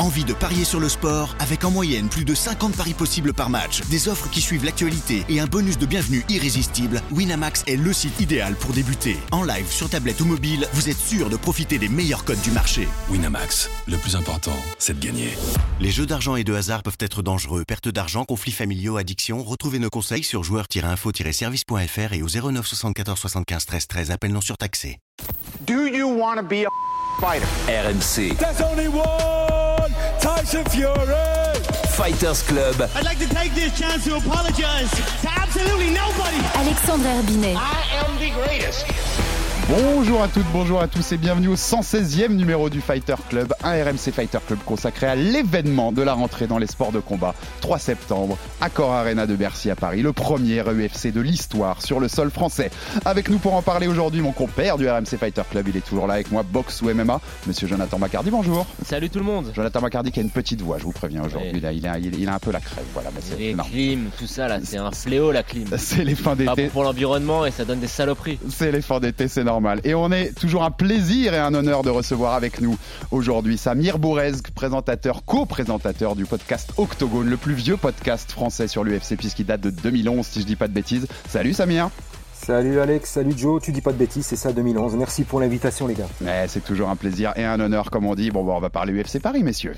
Envie de parier sur le sport avec en moyenne plus de 50 paris possibles par match, des offres qui suivent l'actualité et un bonus de bienvenue irrésistible? Winamax est le site idéal pour débuter. En live, sur tablette ou mobile, vous êtes sûr de profiter des meilleurs codes du marché. Winamax, le plus important, c'est de gagner. Les jeux d'argent et de hasard peuvent être dangereux. Perte d'argent, conflits familiaux, addiction. Retrouvez nos conseils sur joueurs-info-service.fr et au 09 74 75 13 13. Appel non surtaxé. Do you want to be a fighter? RMC. There's only one Tyson Fury. Fighters Club. I'd like to take this chance to apologize to absolutely nobody. Alexandre Herbinet. I am the greatest. Bonjour à toutes, bonjour à tous et bienvenue au 116e numéro du Fighter Club, un RMC Fighter Club consacré à l'événement de la rentrée dans les sports de combat. 3 septembre, Accor Arena de Bercy à Paris, le premier UFC de l'histoire sur le sol français. Avec nous pour en parler aujourd'hui, mon compère du RMC Fighter Club, il est toujours là avec moi, boxe ou MMA, monsieur Jonathan Macardy, bonjour. Salut tout le monde. Jonathan Macardy qui a une petite voix, je vous préviens aujourd'hui, oui. Là, il a un peu la crève, voilà. Mais c'est les clims, tout ça là, c'est un fléau la clim. C'est les fins d'été. Pas bon pour l'environnement et ça donne des saloperies. C'est les fins d'été, c'est normal. Et on est toujours un plaisir et un honneur de recevoir avec nous aujourd'hui Samir Bourezg, présentateur, co-présentateur du podcast Octogone, le plus vieux podcast français sur l'UFC puisqu'il date de 2011 si je dis pas de bêtises. Salut Samir. Salut Alex, salut Joe, tu dis pas de bêtises, c'est ça 2011. Merci pour l'invitation les gars. C'est toujours un plaisir et un honneur comme on dit. Bon, on va parler UFC Paris messieurs.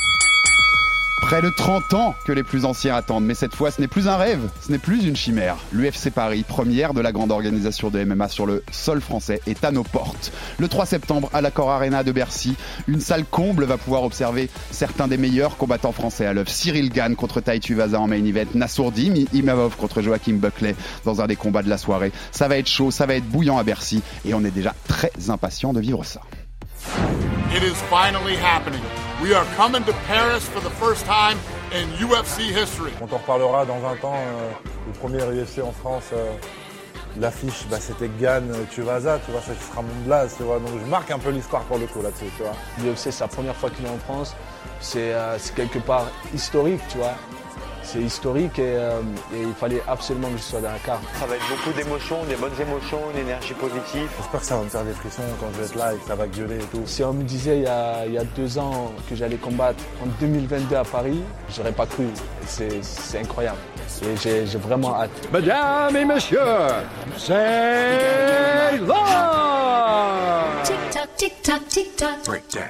Près de 30 ans que les plus anciens attendent, mais cette fois ce n'est plus un rêve, ce n'est plus une chimère. L'UFC Paris, première de la grande organisation de MMA sur le sol français, est à nos portes. Le 3 septembre à l'Accor Arena de Bercy, une salle comble va pouvoir observer certains des meilleurs combattants français à l'œuvre. Cyril Gane contre Tai Tuivasa en main event, Nassourdi Imavov contre Joachim Buckley dans un des combats de la soirée. Ça va être chaud, ça va être bouillant à Bercy et on est déjà très impatient de vivre ça. It is finally happening. We are coming to Paris for the first time in UFC history. On en reparlera dans 20 ans. Le premier UFC en France, l'affiche, c'était Gane, Tuivasa, tu vois, ça sera mon blaze, tu vois. Donc je marque un peu l'histoire pour le coup là-dessus, tu vois. L'UFC, c'est la première fois qu'il est en France. C'est quelque part historique, tu vois. C'est historique et il fallait absolument que je sois dans la carte. Ça va être beaucoup d'émotions, des bonnes émotions, une énergie positive. J'espère que ça va me faire des frissons quand je vais être là et que ça va gueuler et tout. Si on me disait il y a 2 ans que j'allais combattre en 2022 à Paris, j'aurais pas cru. C'est incroyable. Et j'ai vraiment hâte. Mesdames et messieurs, c'est là! Tic-tac, tic-tac, tic-tac. Breakdown.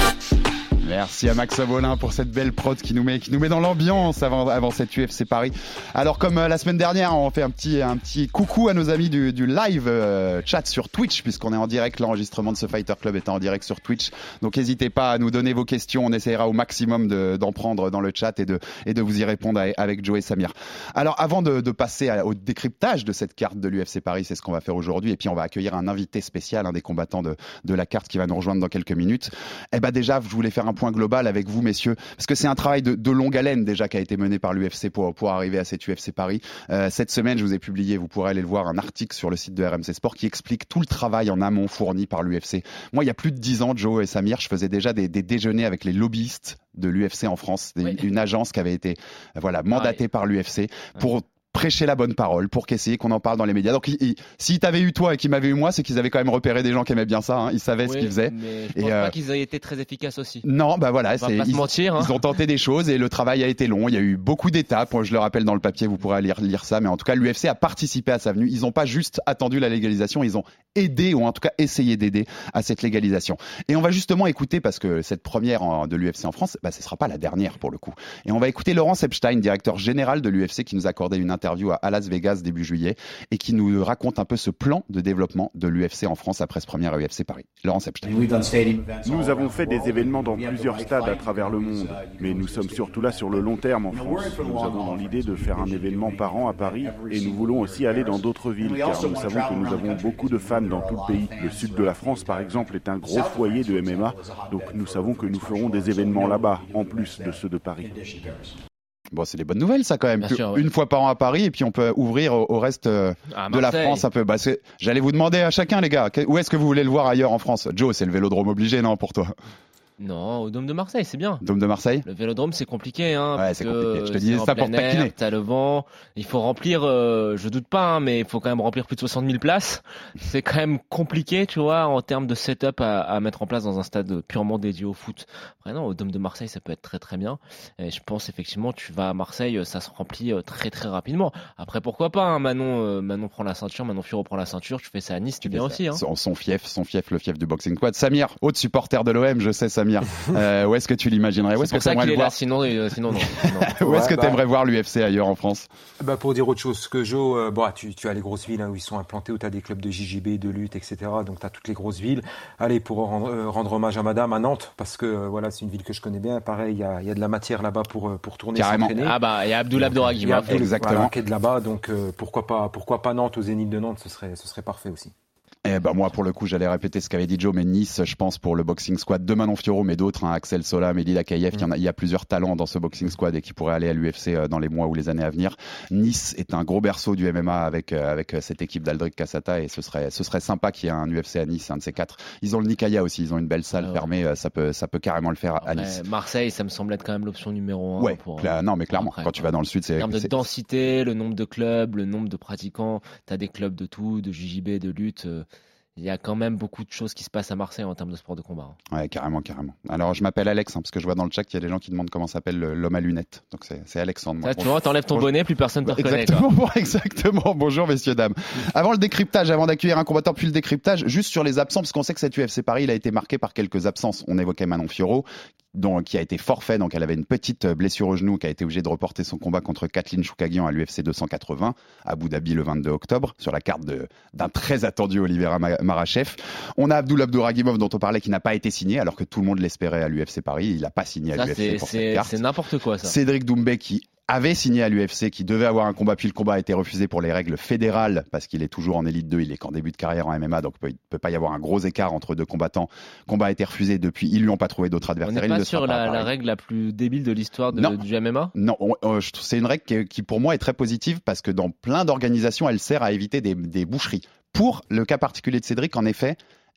Merci à Max Avolin pour cette belle prod qui nous met dans l'ambiance avant cette UFC Paris. Alors comme la semaine dernière, on fait un petit coucou à nos amis du live chat sur Twitch puisqu'on est en direct. L'enregistrement de ce Fighter Club est en direct sur Twitch. Donc n'hésitez pas à nous donner vos questions. On essaiera au maximum d'en prendre dans le chat et de vous y répondre avec Joe et Samir. Alors avant de passer au décryptage de cette carte de l'UFC Paris, c'est ce qu'on va faire aujourd'hui. Et puis on va accueillir un invité spécial, un des combattants de la carte qui va nous rejoindre dans quelques minutes. Déjà, je voulais faire un point global avec vous messieurs parce que c'est un travail de longue haleine déjà qui a été mené par l'UFC pour arriver à cette UFC Paris. Cette semaine je vous ai publié, vous pourrez aller le voir, un article sur le site de RMC Sport qui explique tout le travail en amont fourni par l'UFC. Moi il y a plus de 10 ans, Joe et Samir, je faisais déjà des déjeuners avec les lobbyistes de l'UFC en France, une agence qui avait été mandatée par l'UFC pour prêcher la bonne parole, pour qu'essayer qu'on en parle dans les médias. Donc s'ils t'avaient eu toi et qu'ils m'avaient eu moi, c'est qu'ils avaient quand même repéré des gens qui aimaient bien ça, hein. Ils savaient ce qu'ils faisaient. Mais je pense pas qu'ils aient été très efficaces aussi. Non, se mentir, hein. Ils ont tenté des choses et le travail a été long. Il y a eu beaucoup d'étapes. Je le rappelle dans le papier, vous pourrez lire ça. Mais en tout cas, l'UFC a participé à sa venue. Ils n'ont pas juste attendu la légalisation, ils ont aidé ou en tout cas essayé d'aider à cette légalisation. Et on va justement écouter, parce que cette première de l'UFC en France, ce sera pas la dernière pour le coup. Et on va écouter Laurence Epstein, directeur général de l'UFC, qui nous a accordé une interview à Las Vegas début juillet et qui nous raconte un peu ce plan de développement de l'UFC en France après ce premier UFC Paris. Laurence Epstein. Nous avons fait des événements dans plusieurs stades à travers le monde, mais nous sommes surtout là sur le long terme en France. Nous avons dans l'idée de faire un événement par an à Paris et nous voulons aussi aller dans d'autres villes car nous savons que nous avons beaucoup de fans dans tout le pays. Le sud de la France par exemple est un gros foyer de MMA, donc nous savons que nous ferons des événements là-bas en plus de ceux de Paris. Bon, c'est des bonnes nouvelles, ça, quand même. Sûr, une fois par an à Paris, et puis on peut ouvrir au reste de la France un peu. J'allais vous demander à chacun, les gars, où est-ce que vous voulez le voir ailleurs en France? Joe, c'est le Vélodrome obligé, non, pour toi? Non, au Dôme de Marseille, c'est bien. Dôme de Marseille. Le Vélodrome, c'est compliqué, hein. Ouais, c'est compliqué. Je te disais ça pour taquiner. T'as le vent. Il faut remplir, je doute pas, hein, mais il faut quand même remplir plus de 60 000 places. C'est quand même compliqué, tu vois, en termes de setup à mettre en place dans un stade purement dédié au foot. Après, non, au Dôme de Marseille, ça peut être très très bien. Et je pense effectivement, tu vas à Marseille, ça se remplit très très rapidement. Après, pourquoi pas, hein, Manon prend la ceinture, Manon Fiorot prend la ceinture. Tu fais ça à Nice, tu viens aussi, hein. Son fief, le fief du Boxing Squad. Samir, autre supporter de l'OM, je sais, Samir. Où est-ce que tu l'imaginerais? Où est-ce que tu aimerais le voir? Sinon, non. Où est-ce que tu aimerais voir l'UFC ailleurs en France? Pour dire autre chose que Joe, tu as les grosses villes où ils sont implantés, où tu as des clubs de JJB, de lutte, etc. Donc tu as toutes les grosses villes. Allez, pour rendre hommage à madame, à Nantes, parce que c'est une ville que je connais bien. Pareil, il y a de la matière là-bas pour tourner, s'entraîner. Il y a Abdoul Abdouragimov. Exactement. Qui est de là-bas, donc pourquoi pas Nantes, au Zénith de Nantes, ce serait parfait aussi. Moi, pour le coup, j'allais répéter ce qu'avait dit Joe, mais Nice, je pense, pour le Boxing Squad de Manon Fiorot, mais d'autres, hein, Axel Sola, Mehdi Lakayev, il y a plusieurs talents dans ce Boxing Squad et qui pourraient aller à l'UFC dans les mois ou les années à venir. Nice est un gros berceau du MMA avec cette équipe d'Aldric Cassata, et ce serait sympa qu'il y ait un UFC à Nice, un de ces quatre. Ils ont le Nicaïa aussi, ils ont une belle salle fermée, ça peut carrément le faire à Nice. Marseille, ça me semble être quand même l'option numéro 1. Ouais, non, mais clairement, quand tu vas dans le sud, c'est... En termes de densité, le nombre de clubs, le nombre de pratiquants, t'as des clubs de tout, de JJB, de lutte... Il y a quand même beaucoup de choses qui se passent à Marseille en termes de sport de combat. Ouais, carrément. Alors, je m'appelle Alex, parce que je vois dans le chat qu'il y a des gens qui demandent comment s'appelle l'homme à lunettes. Donc, c'est Alexandre. Ça, tu vois, t'enlèves ton bonnet, plus personne te reconnaît. Exactement. Bonjour, messieurs, dames. Avant le décryptage, avant d'accueillir un combattant, puis le décryptage, juste sur les absents, parce qu'on sait que cette UFC Paris, il a été marqué par quelques absences. On évoquait Manon Fiorot, qui a été forfait, donc elle avait une petite blessure au genou, qui a été obligée de reporter son combat contre Kathleen Choukagian à l'UFC 280, à Abu Dhabi le 22 octobre, sur la carte d'un très attendu Oliveira Makhachev. On a Abdoul Abdouragimov, dont on parlait, qui n'a pas été signé, alors que tout le monde l'espérait à l'UFC Paris. Il n'a pas signé à l'UFC pour cette carte. C'est n'importe quoi, ça. Cédric Doumbé, qui avait signé à l'UFC, qui devait avoir un combat, puis le combat a été refusé pour les règles fédérales, parce qu'il est toujours en Elite 2, il est qu'en début de carrière en MMA, donc il peut pas y avoir un gros écart entre deux combattants. Combat a été refusé depuis, ils lui ont pas trouvé d'autres adversaires. On n'est pas sur la règle la plus débile de l'histoire du MMA? Non, c'est une règle qui pour moi est très positive, parce que dans plein d'organisations, elle sert à éviter des boucheries. Pour le cas particulier de Cédric, en effet,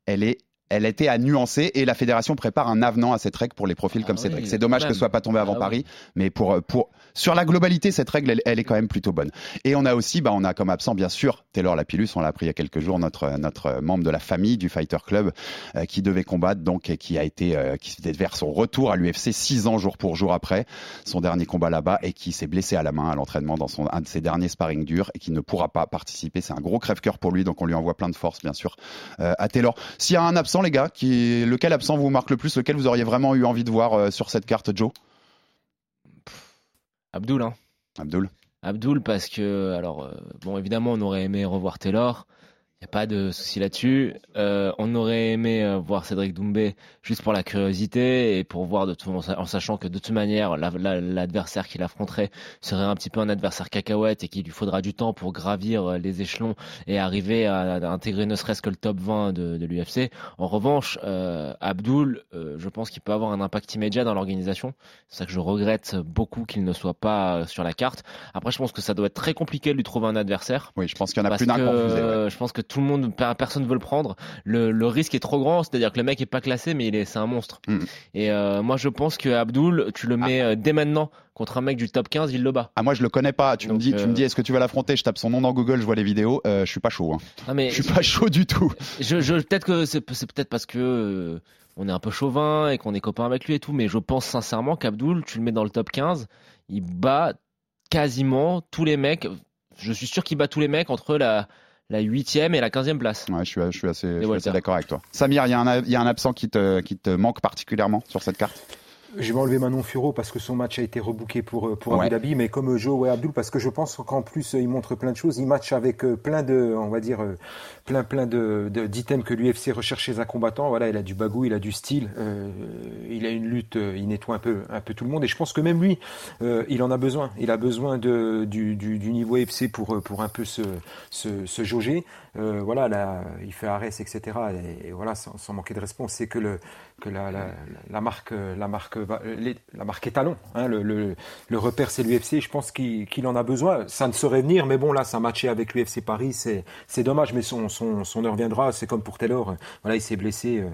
elle était à nuancer, et la fédération prépare un avenant à cette règle pour les profils comme Cédric. C'est dommage que ce soit pas tombé avant Paris, mais sur la globalité, cette règle, elle est quand même plutôt bonne. Et on a aussi, on a comme absent, bien sûr, Taylor Lapillus, on l'a appris il y a quelques jours, notre membre de la famille du Fighter Club, qui devait combattre, donc, qui était vers son retour à l'UFC 6 ans jour pour jour après son dernier combat là-bas, et qui s'est blessé à la main à l'entraînement dans un de ses derniers sparring durs, et qui ne pourra pas participer. C'est un gros crève-cœur pour lui, donc on lui envoie plein de force, bien sûr, à Taylor. S'il y a un absent, les gars, lequel absent vous marque le plus, lequel vous auriez vraiment eu envie de voir sur cette carte, Joe? Abdoul, hein. Abdoul, parce que, évidemment, on aurait aimé revoir Taylor. Il n'y a pas de souci là-dessus. On aurait aimé voir Cédric Doumbé juste pour la curiosité et pour voir en sachant que de toute manière l'adversaire qu'il affronterait serait un petit peu un adversaire cacahuète et qu'il lui faudra du temps pour gravir les échelons et arriver à intégrer ne serait-ce que le top 20 de l'UFC. En revanche, Abdoul, je pense qu'il peut avoir un impact immédiat dans l'organisation. C'est ça que je regrette beaucoup qu'il ne soit pas sur la carte. Après, je pense que ça doit être très compliqué de lui trouver un adversaire. Oui, je pense qu'il y en a plus d'un confusé. Ouais. Je pense que tout le monde, personne veut le prendre. Le risque est trop grand, c'est-à-dire que le mec est pas classé, mais c'est un monstre. Et moi, je pense que Abdoul, tu le mets dès maintenant contre un mec du top 15, il le bat. Moi, je le connais pas. Tu me dis, est-ce que tu vas l'affronter? Je tape son nom dans Google, je vois les vidéos. Je suis pas chaud. Je suis pas chaud du tout. Peut-être que c'est peut-être parce que on est un peu chauvin et qu'on est copain avec lui et tout, mais je pense sincèrement qu'Abdoul, tu le mets dans le top 15, il bat quasiment tous les mecs. Je suis sûr qu'il bat tous les mecs entre la 8e et la 15e place. Ouais, je suis assez d'accord avec toi. Samir, il y a un absent qui te manque particulièrement sur cette carte? Je vais enlever Manon Fiorot parce que son match a été rebooké pour Abu Dhabi, mais comme Joe Abdoul, parce que je pense qu'en plus il montre plein de choses. Il match avec plein d'items que l'UFC recherche chez un combattant. Voilà, il a du bagou, il a du style, il a une lutte, il nettoie un peu tout le monde. Et je pense que même lui, il en a besoin. Il a besoin du niveau UFC pour un peu se jauger. Voilà, là, il fait Arès, etc. Et voilà, sans manquer de respect, c'est que la marque la marque étalon. Hein, le repère, c'est l'UFC. Je pense qu'il en a besoin. Ça ne saurait venir, mais bon, là, ça matché avec l'UFC Paris. C'est dommage, mais son heure viendra. C'est comme pour Taylor. Voilà, il s'est blessé.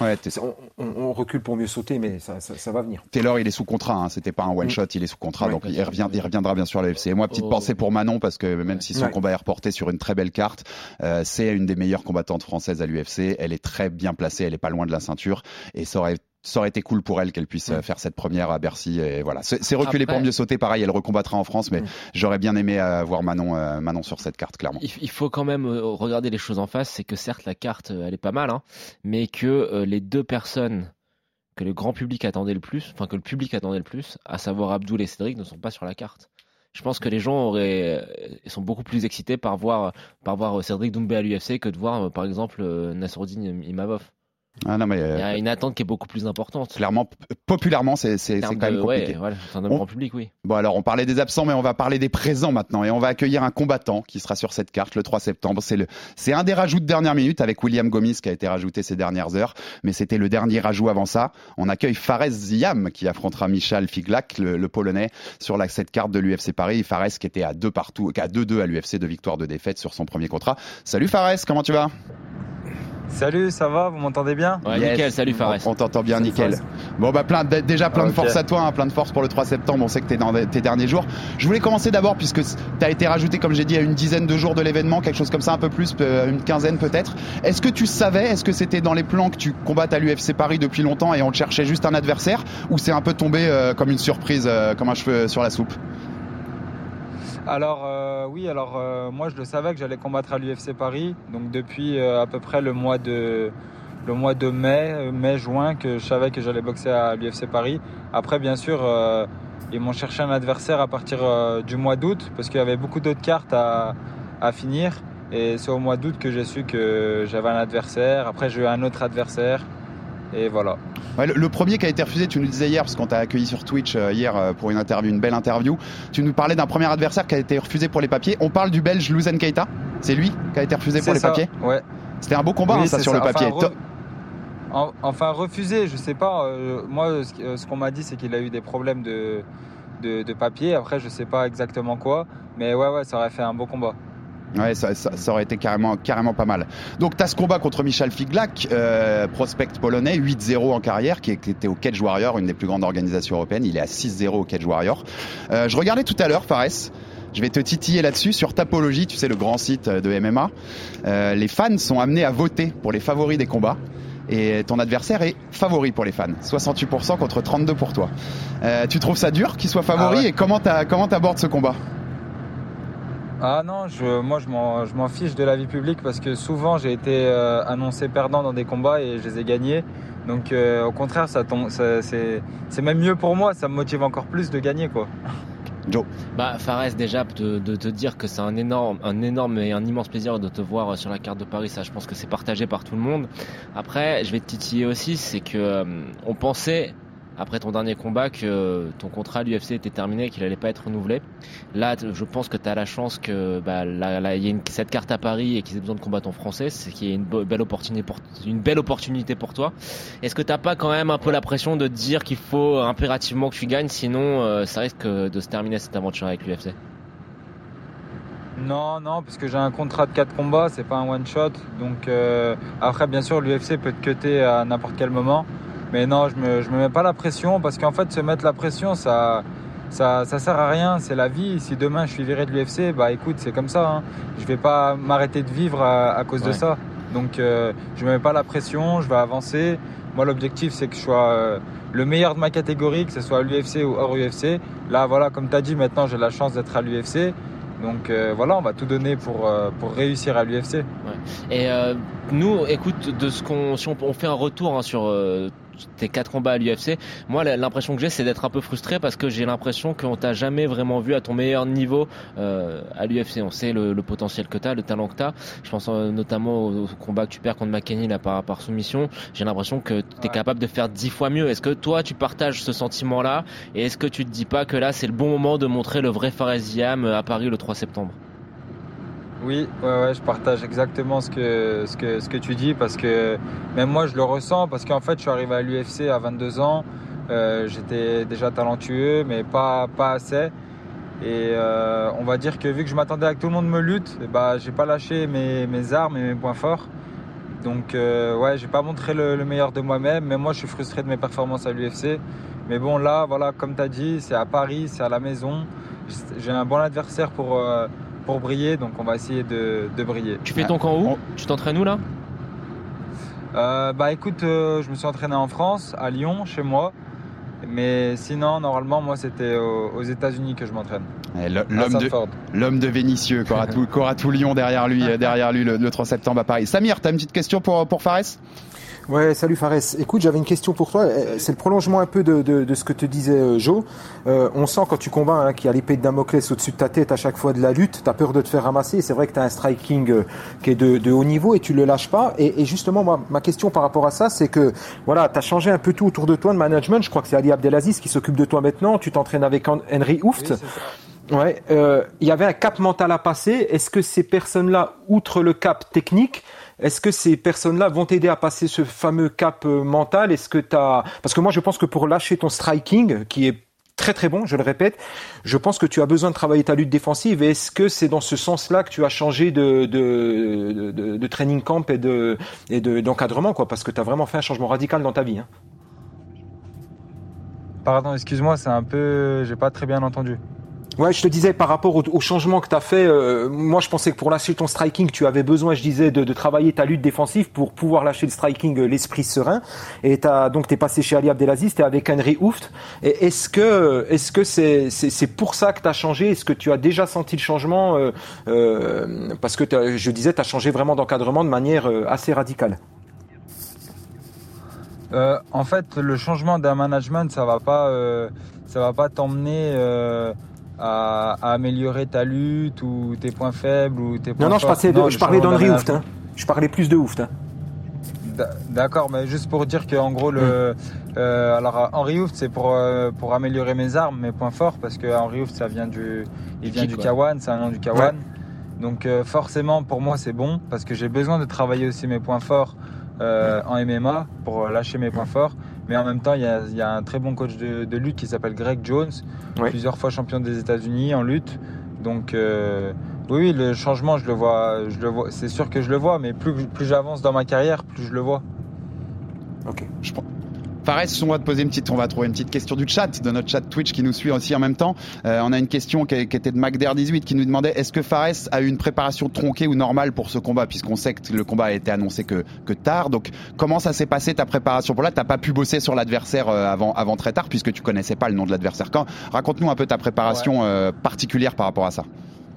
On recule pour mieux sauter, mais ça va venir. Taylor, il est sous contrat. Hein, c'était pas un one shot. Il est sous contrat, donc il reviendra bien sûr à l'UFC. Et moi, petite pensée pour Manon, parce que même si son combat est reporté sur une très belle carte, c'est une des meilleures combattantes françaises à l'UFC. Elle est très bien placée. Elle est pas loin de la ceinture, et ça aurait été cool pour elle qu'elle puisse faire cette première à Bercy. Et voilà, c'est reculé pour mieux sauter. Pareil, elle recombattra en France, mais j'aurais bien aimé voir Manon sur cette carte, clairement. Il faut quand même regarder les choses en face. C'est que certes, la carte, elle est pas mal, hein, mais que les deux personnes que le grand public attendait le plus, enfin que le public attendait le plus, à savoir Abdoul et Cédric, ne sont pas sur la carte. Je pense que les gens sont beaucoup plus excités par voir Cédric Doumbé à l'UFC que de voir, par exemple, Nassourdine Imavov. Ah non, mais il y a une attente qui est beaucoup plus importante. Clairement, populairement, c'est quand même compliqué. Ouais, voilà, c'est un grand public, oui. Bon, alors, on parlait des absents, mais on va parler des présents maintenant. Et on va accueillir un combattant qui sera sur cette carte le 3 septembre. C'est un des rajouts de dernière minute avec William Gomis qui a été rajouté ces dernières heures. Mais c'était le dernier rajout avant ça. On accueille Fares Ziam qui affrontera Michal Figlak, le Polonais, sur cette carte de l'UFC Paris. Fares qui était à 2-2 à l'UFC, 2 victoires, 2 défaites sur son premier contrat. Salut Fares, comment tu vas ? Salut, ça va? Vous m'entendez bien? Ouais, yes. Nickel, salut Fares. On t'entend bien, nickel. Bon, bah, plein de force à toi, hein, plein de force pour le 3 septembre. On sait que t'es dans tes derniers jours. Je voulais commencer d'abord, puisque t'as été rajouté, comme j'ai dit, à une dizaine de jours de l'événement, quelque chose comme ça, un peu plus, une quinzaine peut-être. Est-ce que tu savais, est-ce que c'était dans les plans que tu combattes à l'UFC Paris depuis longtemps et on te cherchait juste un adversaire, ou c'est un peu tombé comme une surprise, comme un cheveu sur la soupe? Alors moi je le savais que j'allais combattre à l'UFC Paris, donc depuis à peu près le mois de mai-juin que je savais que j'allais boxer à l'UFC Paris. Après bien sûr ils m'ont cherché un adversaire à partir du mois d'août parce qu'il y avait beaucoup d'autres cartes à finir, et c'est au mois d'août que j'ai su que j'avais un adversaire. Après j'ai eu un autre adversaire et voilà. Ouais, le premier qui a été refusé, tu nous disais hier, parce qu'on t'a accueilli sur Twitch hier pour une belle interview, tu nous parlais d'un premier adversaire qui a été refusé pour les papiers. On parle du Belge Louzen Keita, c'est lui qui a été refusé pour les papiers? Ouais. C'était un beau combat, oui, ça sur le papier. Enfin refusé, je sais pas. Moi ce qu'on m'a dit c'est qu'il a eu des problèmes de papier. Après je sais pas exactement quoi, mais ouais ça aurait fait un beau combat. Ouais, ça aurait été carrément pas mal. Donc t'as ce combat contre Michal Figlak, prospect polonais, 8-0 en carrière, qui était au Cage Warrior, une des plus grandes organisations européennes. Il est à 6-0 au Cage Warrior. Je regardais tout à l'heure, Fares, je vais te titiller là-dessus, sur Tapology, tu sais, le grand site de MMA. Les fans sont amenés à voter pour les favoris des combats. Et ton adversaire est favori pour les fans, 68% contre 32% pour toi. Tu trouves ça dur qu'il soit favori, et comment t'abordes ce combat? Ah non, moi je m'en fiche de l'avis public parce que souvent j'ai été annoncé perdant dans des combats et je les ai gagnés. Donc au contraire, c'est même mieux pour moi, ça me motive encore plus de gagner, quoi. Joe. Fares, déjà de te dire que c'est un énorme et un immense plaisir de te voir sur la carte de Paris, ça je pense que c'est partagé par tout le monde. Après, je vais te titiller aussi, c'est que on pensait après ton dernier combat que ton contrat à l'UFC était terminé et qu'il allait pas être renouvelé. Là, je pense que tu as la chance que il y ait cette carte à Paris et qu'ils aient besoin de combattants français, c'est qu'il y ait une belle opportunité pour toi. Est-ce que t'as pas quand même un peu la pression de te dire qu'il faut impérativement que tu gagnes, sinon ça risque de se terminer cette aventure avec l'UFC? Non, parce que j'ai un contrat de 4 combats, c'est pas un one shot. Donc après, bien sûr, l'UFC peut te cutter à n'importe quel moment. Mais non, je me mets pas la pression, parce qu'en fait, se mettre la pression, ça sert à rien, c'est la vie. Si demain je suis viré de l'UFC, écoute, c'est comme ça, hein. Je vais pas m'arrêter de vivre à cause de ça. Donc je me mets pas la pression, je vais avancer. Moi, l'objectif, c'est que je sois le meilleur de ma catégorie, que ce soit à l'UFC ou hors UFC. Là, voilà, comme tu as dit, maintenant j'ai la chance d'être à l'UFC. Donc voilà, on va tout donner pour réussir à l'UFC. Ouais. Et nous, écoute, si on fait un retour sur tes 4 combats à l'UFC, moi l'impression que j'ai, c'est d'être un peu frustré parce que j'ai l'impression qu'on t'a jamais vraiment vu à ton meilleur niveau à l'UFC. On sait le potentiel que t'as, le talent que t'as. Je pense notamment au combat que tu perds contre McKenny là, par soumission. J'ai l'impression que t'es capable de faire 10 fois mieux. Est-ce que toi tu partages ce sentiment-là, et est-ce que tu te dis pas que là c'est le bon moment de montrer le vrai Fares Ziam à Paris le 3 septembre? Oui, je partage exactement ce que tu dis, parce que même moi je le ressens, parce qu'en fait je suis arrivé à l'UFC à 22 ans, J'étais déjà talentueux, mais pas assez. Et on va dire que vu que je m'attendais à que tout le monde me lutte, j'ai pas lâché mes armes et mes points forts. Donc j'ai pas montré le meilleur de moi-même. Mais moi, je suis frustré de mes performances à l'UFC. Mais bon, là, voilà, comme tu as dit, c'est à Paris, c'est à la maison. J'ai un bon adversaire pour briller, donc on va essayer de briller. Tu fais ton camp où ? Tu t'entraînes où là ? Écoute, je me suis entraîné en France, à Lyon, chez moi. Mais sinon, normalement, moi, c'était aux États-Unis que je m'entraîne. L'homme de Vénissieux, qu'aura tout Lyon derrière lui le 3 septembre à Paris. Samir, t'as une petite question pour Fares ? Ouais, salut Fares. Écoute, j'avais une question pour toi. C'est le prolongement un peu de ce que te disait Joe. On sent quand tu combats qu'il y a l'épée de Damoclès au-dessus de ta tête à chaque fois de la lutte. T'as peur de te faire ramasser. Et c'est vrai que t'as un striking qui est de haut niveau et tu le lâches pas. Et justement, moi, ma question par rapport à ça, c'est que voilà, t'as changé un peu tout autour de toi, le management. Je crois que c'est Ali Abdelaziz qui s'occupe de toi maintenant. Tu t'entraînes avec Henry Hooft. Oui, ouais, il y avait un cap mental à passer. Est-ce que ces personnes-là, outre le cap technique, est-ce que ces personnes-là vont t'aider à passer ce fameux cap mental ? Est-ce que parce que moi je pense que pour lâcher ton striking, qui est très très bon, je le répète, je pense que tu as besoin de travailler ta lutte défensive. Et est-ce que c'est dans ce sens-là que tu as changé de training camp et d'encadrement, quoi ? Parce que tu as vraiment fait un changement radical dans ta vie. Hein. Pardon, excuse-moi, c'est un peu, j'ai pas très bien entendu. Ouais, je te disais par rapport au changement que tu as fait, moi je pensais que pour lâcher ton striking, tu avais besoin, je disais, de travailler ta lutte défensive pour pouvoir lâcher le striking, l'esprit serein. Et donc t'es passé chez Ali Abdelaziz, t'es avec Henry Hooft. Et est-ce que c'est pour ça que tu as changé ? Est-ce que tu as déjà senti le changement parce que je disais, tu as changé vraiment d'encadrement de manière assez radicale. En fait, le changement d'un management, ça va pas t'emmener à améliorer ta lutte ou tes points faibles ou tes points forts. Je parlais d'Henry Hooft. Hein. Je parlais plus de Hooft. Hein. D'accord, mais juste pour dire qu'en gros, alors Henry Hooft, c'est pour améliorer mes armes, mes points forts, parce que Henry Hooft, il vient du K1, c'est un nom du K1. Ouais. Donc forcément, pour moi, c'est bon, parce que j'ai besoin de travailler aussi mes points forts en MMA pour lâcher mes points forts. Mais en même temps, il y a un très bon coach de lutte qui s'appelle Greg Jones, plusieurs fois champion des États-Unis en lutte. Donc oui, le changement, je le vois, c'est sûr que je le vois, mais plus j'avance dans ma carrière, plus je le vois. Ok. Fares, on va trouver une petite question du chat, de notre chat Twitch qui nous suit aussi en même temps. On a une question qui était de MacDair18 qui nous demandait est-ce que Fares a eu une préparation tronquée ou normale pour ce combat, puisqu'on sait que le combat a été annoncé que tard. Donc comment ça s'est passé ta préparation pour là ? T'as pas pu bosser sur l'adversaire avant très tard puisque tu connaissais pas le nom de l'adversaire. Raconte-nous un peu ta préparation particulière par rapport à ça.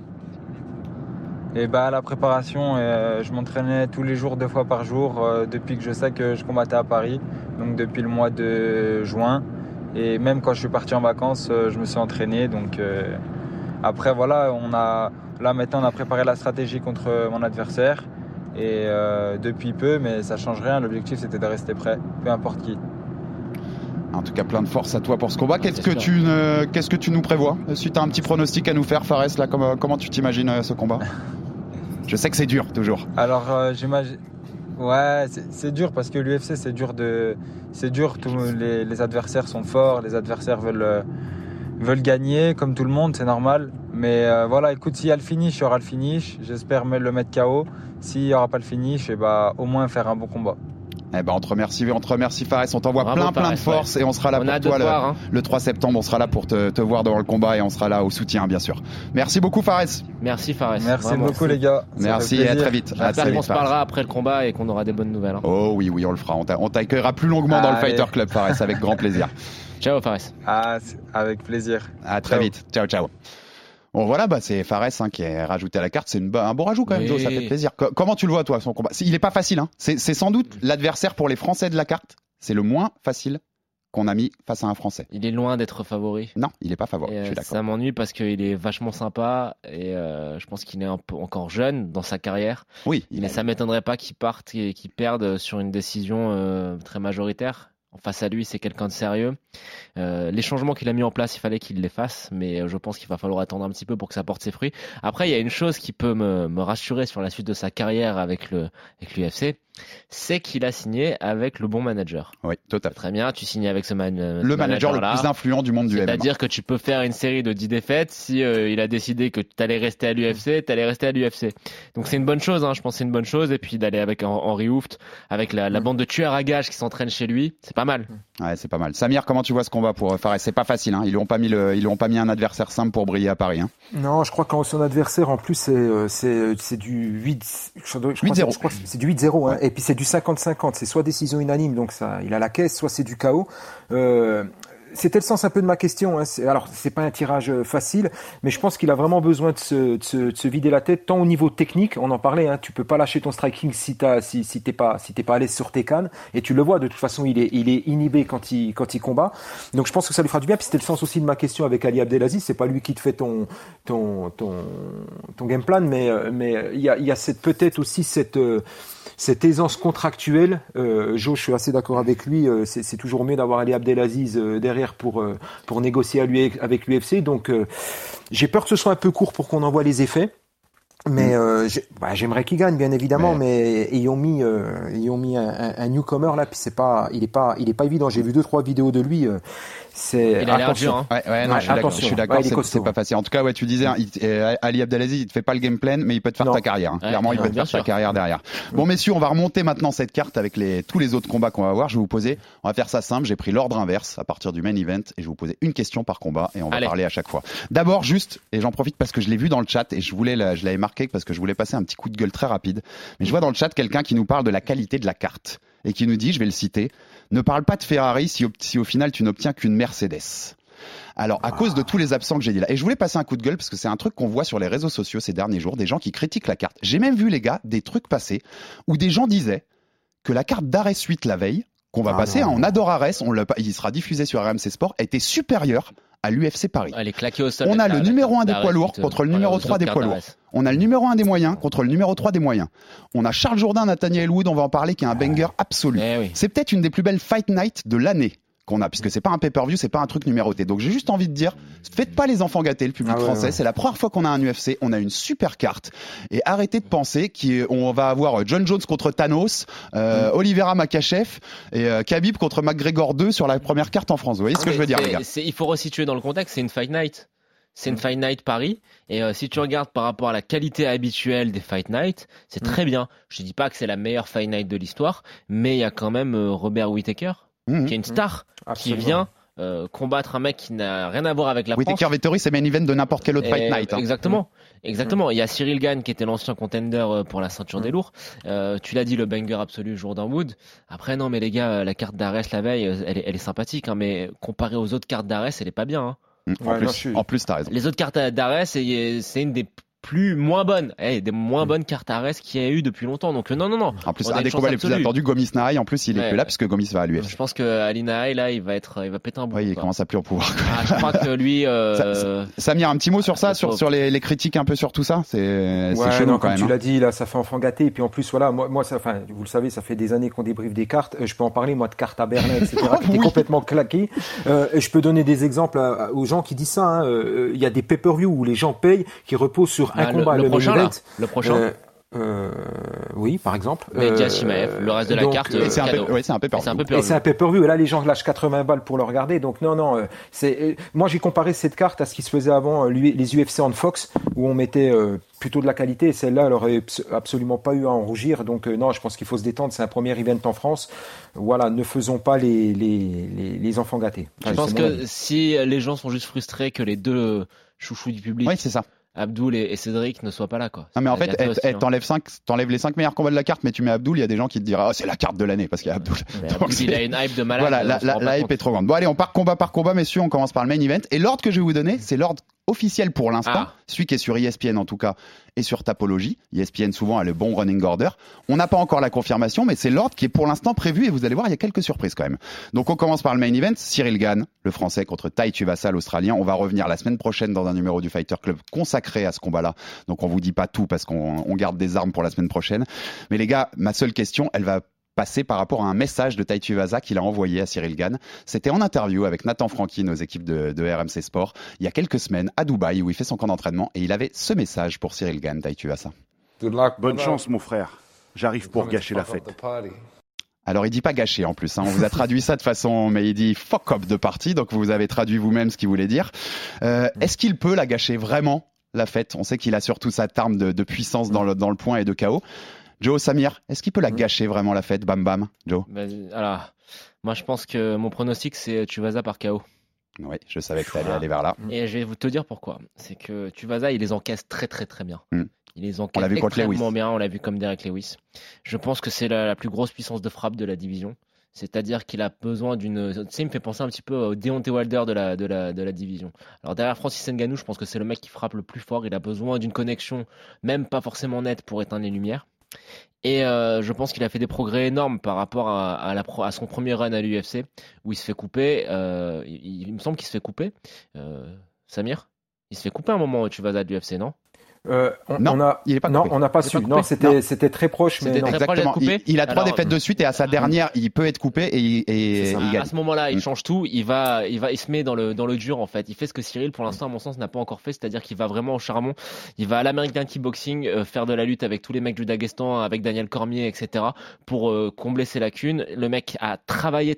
Et la préparation, je m'entraînais tous les jours, 2 fois par jour, depuis que je sais que je combattais à Paris, donc depuis le mois de juin. Et même quand je suis parti en vacances, je me suis entraîné. Donc après voilà, maintenant on a préparé la stratégie contre mon adversaire. Et depuis peu, mais ça change rien. L'objectif c'était de rester prêt, peu importe qui. En tout cas, plein de force à toi pour ce combat. Qu'est-ce que tu nous prévois ? Si tu as un petit pronostic à nous faire, Fares, là, comment tu t'imagines ce combat ? Je sais que c'est dur, toujours. Alors, j'imagine... Ouais, c'est dur parce que l'UFC, c'est dur. Les adversaires sont forts, les adversaires veulent gagner, comme tout le monde, c'est normal. Mais voilà, écoute, s'il y a le finish, il y aura le finish. J'espère le mettre KO. S'il n'y aura pas le finish, au moins faire un bon combat. On te remercie Fares, on t'envoie plein de force et on sera là pour toi le 3 septembre, on sera là pour te voir devant le combat et on sera là au soutien bien sûr. Merci beaucoup Fares. Merci Fares. Merci beaucoup les gars. Merci et à très vite. J'espère qu'on se parlera après le combat et qu'on aura des bonnes nouvelles. Hein. Oh oui, on le fera, on t'accueillera plus longuement dans le Fighter Club Fares avec grand plaisir. Ciao Fares. Avec plaisir. À très vite. Ciao. Bon voilà, c'est Fares qui est rajouté à la carte, c'est un bon rajout quand même, Joe, ça fait plaisir. Comment tu le vois toi son combat ? Il est pas facile, hein. C'est sans doute l'adversaire pour les Français de la carte, c'est le moins facile qu'on a mis face à un Français. Il est loin d'être favori. Non, il est pas favori, je suis d'accord. Ça m'ennuie parce qu'il est vachement sympa et je pense qu'il est un peu encore jeune dans sa carrière. Oui. Mais ça m'étonnerait pas qu'il parte et qu'il perde sur une décision très majoritaire. Face à lui, c'est quelqu'un de sérieux. Les changements qu'il a mis en place, il fallait qu'il les fasse, mais je pense qu'il va falloir attendre un petit peu pour que ça porte ses fruits. Après, il y a une chose qui peut me rassurer sur la suite de sa carrière avec l'UFC, c'est qu'il a signé avec le bon manager. Oui, total. Très bien, tu signes avec ce le manager le plus influent du monde du MMA. C'est-à-dire que tu peux faire une série de 10 défaites si il a décidé que tu allais rester à l'UFC, Donc c'est une bonne chose, je pense que c'est une bonne chose. Et puis d'aller avec Henry Hooft, avec la bande de tueurs à gages qui s'entraînent chez lui, c'est pas mal. Ouais, c'est pas mal. Samir, comment tu vois ce combat pour Fares? C'est pas facile, Ils lui ont pas mis un adversaire simple pour briller à Paris, Non, je crois que son adversaire en plus c'est du 8-0. Je crois que c'est du 8-0 et puis c'est du 50-50, c'est soit décision unanime, donc ça, il a la caisse, soit c'est du KO. C'était le sens un peu de ma question. Alors, c'est pas un tirage facile, mais je pense qu'il a vraiment besoin de se vider la tête, tant au niveau technique. On en parlait. Tu peux pas lâcher ton striking si t'es pas à l'aise sur tes cannes. Et tu le vois. De toute façon, il est inhibé quand il combat. Donc, je pense que ça lui fera du bien. Puis c'était le sens aussi de ma question avec Ali Abdelaziz. C'est pas lui qui te fait ton game plan, mais il y a peut-être aussi cette aisance contractuelle. Jo, je suis assez d'accord avec lui. C'est toujours mieux d'avoir Ali Abdelaziz derrière pour négocier avec l'UFC. Donc, j'ai peur que ce soit un peu court pour qu'on en voit les effets. Mais j'aimerais qu'il gagne, bien évidemment. Mais ils ont mis un newcomer là, puis il est pas évident. J'ai vu 2-3 vidéos de lui. Il a l'air dur. Je suis d'accord. C'est pas facile. En tout cas, tu disais, Ali Abdelaziz, il te fait pas le game plan, mais il peut te faire ta carrière. Clairement, il peut te faire ta carrière derrière. Bon, messieurs, on va remonter maintenant cette carte avec tous les autres combats qu'on va voir. On va faire ça simple. J'ai pris l'ordre inverse à partir du main event et je vais vous poser une question par combat et on va parler à chaque fois. D'abord, et j'en profite parce que je l'ai vu dans le chat et je l'avais marqué parce que je voulais passer un petit coup de gueule très rapide. Mais je vois dans le chat quelqu'un qui nous parle de la qualité de la carte et qui nous dit, je vais le citer, ne parle pas de Ferrari si au final tu n'obtiens qu'une Mercedes. Alors, à cause de tous les absents que j'ai dit là, et je voulais passer un coup de gueule parce que c'est un truc qu'on voit sur les réseaux sociaux ces derniers jours, des gens qui critiquent la carte. J'ai même vu, les gars, des trucs passer où des gens disaient que la carte d'Ares 8 la veille, qu'on va passer, on adore Ares, il sera diffusé sur RMC Sport, était supérieure à l'UFC Paris. Elle est claquée au sol. On a le numéro 1 des poids lourds contre le numéro 3 des poids lourds. On a le numéro 1 des moyens contre le numéro 3 des moyens. On a Charles Jourdain, Nathaniel Wood, on va en parler, qui est un banger absolu. C'est peut-être une des plus belles Fight Night de l'année qu'on a, puisque c'est pas un pay-per-view, c'est pas un truc numéroté. Donc j'ai juste envie de dire, faites pas les enfants gâtés, le public français. C'est la première fois qu'on a un UFC, on a une super carte. Et arrêtez de penser qu'on va avoir John Jones contre Thanos, Oliveira Makachev et Khabib contre McGregor 2 sur la première carte en France. Vous voyez ce que je veux dire, les gars? Il faut resituer dans le contexte, c'est une Fight Night. C'est une Fight Night Paris. Et si tu regardes par rapport à la qualité habituelle des Fight Night, c'est très bien. Je dis pas que c'est la meilleure Fight Night de l'histoire, mais il y a quand même Robert Whittaker, qui est une star, qui vient combattre un mec qui n'a rien à voir avec la France. Whittaker Vettori, c'est main event de n'importe quel autre Fight Night. Exactement. Il y a Cyril Gane qui était l'ancien contender pour la ceinture des lourds. Tu l'as dit, le banger absolu Jourdain Wood. Après, non, mais les gars, la carte d'Ares la veille, elle est sympathique, mais comparée aux autres cartes d'Ares, elle est pas bien. En plus, t'as raison. Les autres cartes d'Ares, c'est une des moins bonnes cartes Ares qu'il y a eu depuis longtemps. Donc non. En plus, un des combats les plus attendus, Gomis Nahaï, en plus il est plus là puisque Gomis va à l'UFC. Je pense que Ali Nahaï là, il va péter un bout. Oui, il commence à plus en pouvoir. Je crois que lui. Samir, un petit mot sur ça, sur les critiques un peu sur tout ça. C'est chelou quand même. Tu l'as dit là, ça fait enfant gâté. Et puis en plus voilà, moi ça, vous le savez, ça fait des années qu'on débriefe des cartes. Je peux en parler moi de cartes à Berlin, etc. qui étaient complètement claquées. Et je peux donner des exemples aux gens qui disent ça. Il y a des pay-per-view où les gens payent qui reposent sur un combat. Le prochain. Oui, par exemple. Mais Diachimaev, le reste de la carte, c'est un pay-per-view. Et c'est un pay-per-view. Et là, les gens lâchent 80 balles pour le regarder. Donc non. Moi, j'ai comparé cette carte à ce qui se faisait avant les UFC on Fox, où on mettait plutôt de la qualité. Et celle-là, elle aurait absolument pas eu à en rougir. Donc non, je pense qu'il faut se détendre. C'est un premier event en France. Voilà, ne faisons pas les enfants gâtés. Je pense que si les gens sont juste frustrés que les deux chouchous du public. Oui, c'est ça. Abdul et Cédric ne soient pas là, quoi. Non, mais en fait, t'enlèves les 5 meilleurs combats de la carte, mais tu mets Abdul, il y a des gens qui te diront, c'est la carte de l'année, parce qu'il y a Abdul. Il a une hype de malade. Voilà, la hype est trop grande. Bon, allez, on part combat par combat, messieurs, on commence par le main event. Et l'ordre que je vais vous donner, c'est l'ordre officiel pour l'instant, celui qui est sur ESPN en tout cas, et sur Tapology. ESPN souvent a le bon running order. On n'a pas encore la confirmation, mais c'est l'ordre qui est pour l'instant prévu, et vous allez voir, il y a quelques surprises quand même. Donc on commence par le main event, Cyril Gane, le français contre Tai Tuivasa, l'australien. On va revenir la semaine prochaine dans un numéro du Fighter Club consacré à ce combat-là. Donc on vous dit pas tout parce qu'on garde des armes pour la semaine prochaine. Mais les gars, ma seule question, elle va passer par rapport à un message de Tai Tuivasa qu'il a envoyé à Cyril Gane. C'était en interview avec Nathan Franchi, nos équipes de RMC Sport, il y a quelques semaines à Dubaï où il fait son camp d'entraînement et il avait ce message pour Cyril Gane, Tai Tuivasa. Bonne chance mon frère. J'arrive pour gâcher la fête. Alors il dit pas gâcher en plus, hein. On vous a traduit ça de façon, mais il dit fuck up de partie, donc vous avez traduit vous-même ce qu'il voulait dire. Est-ce qu'il peut la gâcher vraiment, la fête? On sait qu'il a surtout sa arme de puissance dans le point et de chaos. Joe, Samir, est-ce qu'il peut la gâcher vraiment la fête? Bam bam, Joe. Alors, moi je pense que mon pronostic c'est Tuivasa par KO. Oui, je savais que tu allais aller vers là. Et je vais vous te dire pourquoi. C'est que Tuivasa, il les encaisse très très très bien. Il les encaisse extrêmement bien, on l'a vu comme Derek Lewis. Je pense que c'est la plus grosse puissance de frappe de la division. C'est-à-dire qu'il a besoin d'une... Tu sais, il me fait penser un petit peu au Deontay Wilder de la division. Alors derrière Francis Ngannou, je pense que c'est le mec qui frappe le plus fort. Il a besoin d'une connexion, même pas forcément nette, pour éteindre les lumières. Et je pense qu'il a fait des progrès énormes par rapport à son premier run à l'UFC, où il se fait couper. Il me semble qu'il se fait couper. Samir, il se fait couper un moment, tu vas à l'UFC, non? On n'a pas su. Non, c'était très proche, mais non. Exactement. Il a 3 défaites de suite et à sa dernière, il peut être coupé et il gagne. À ce moment-là, il change tout. Il se met dans le dur en fait. Il fait ce que Cyril, pour l'instant, à mon sens, n'a pas encore fait, c'est-à-dire qu'il va vraiment au charbon. Il va à l'American Kickboxing faire de la lutte avec tous les mecs du Daghestan, avec Daniel Cormier, etc. pour combler ses lacunes. Le mec a travaillé,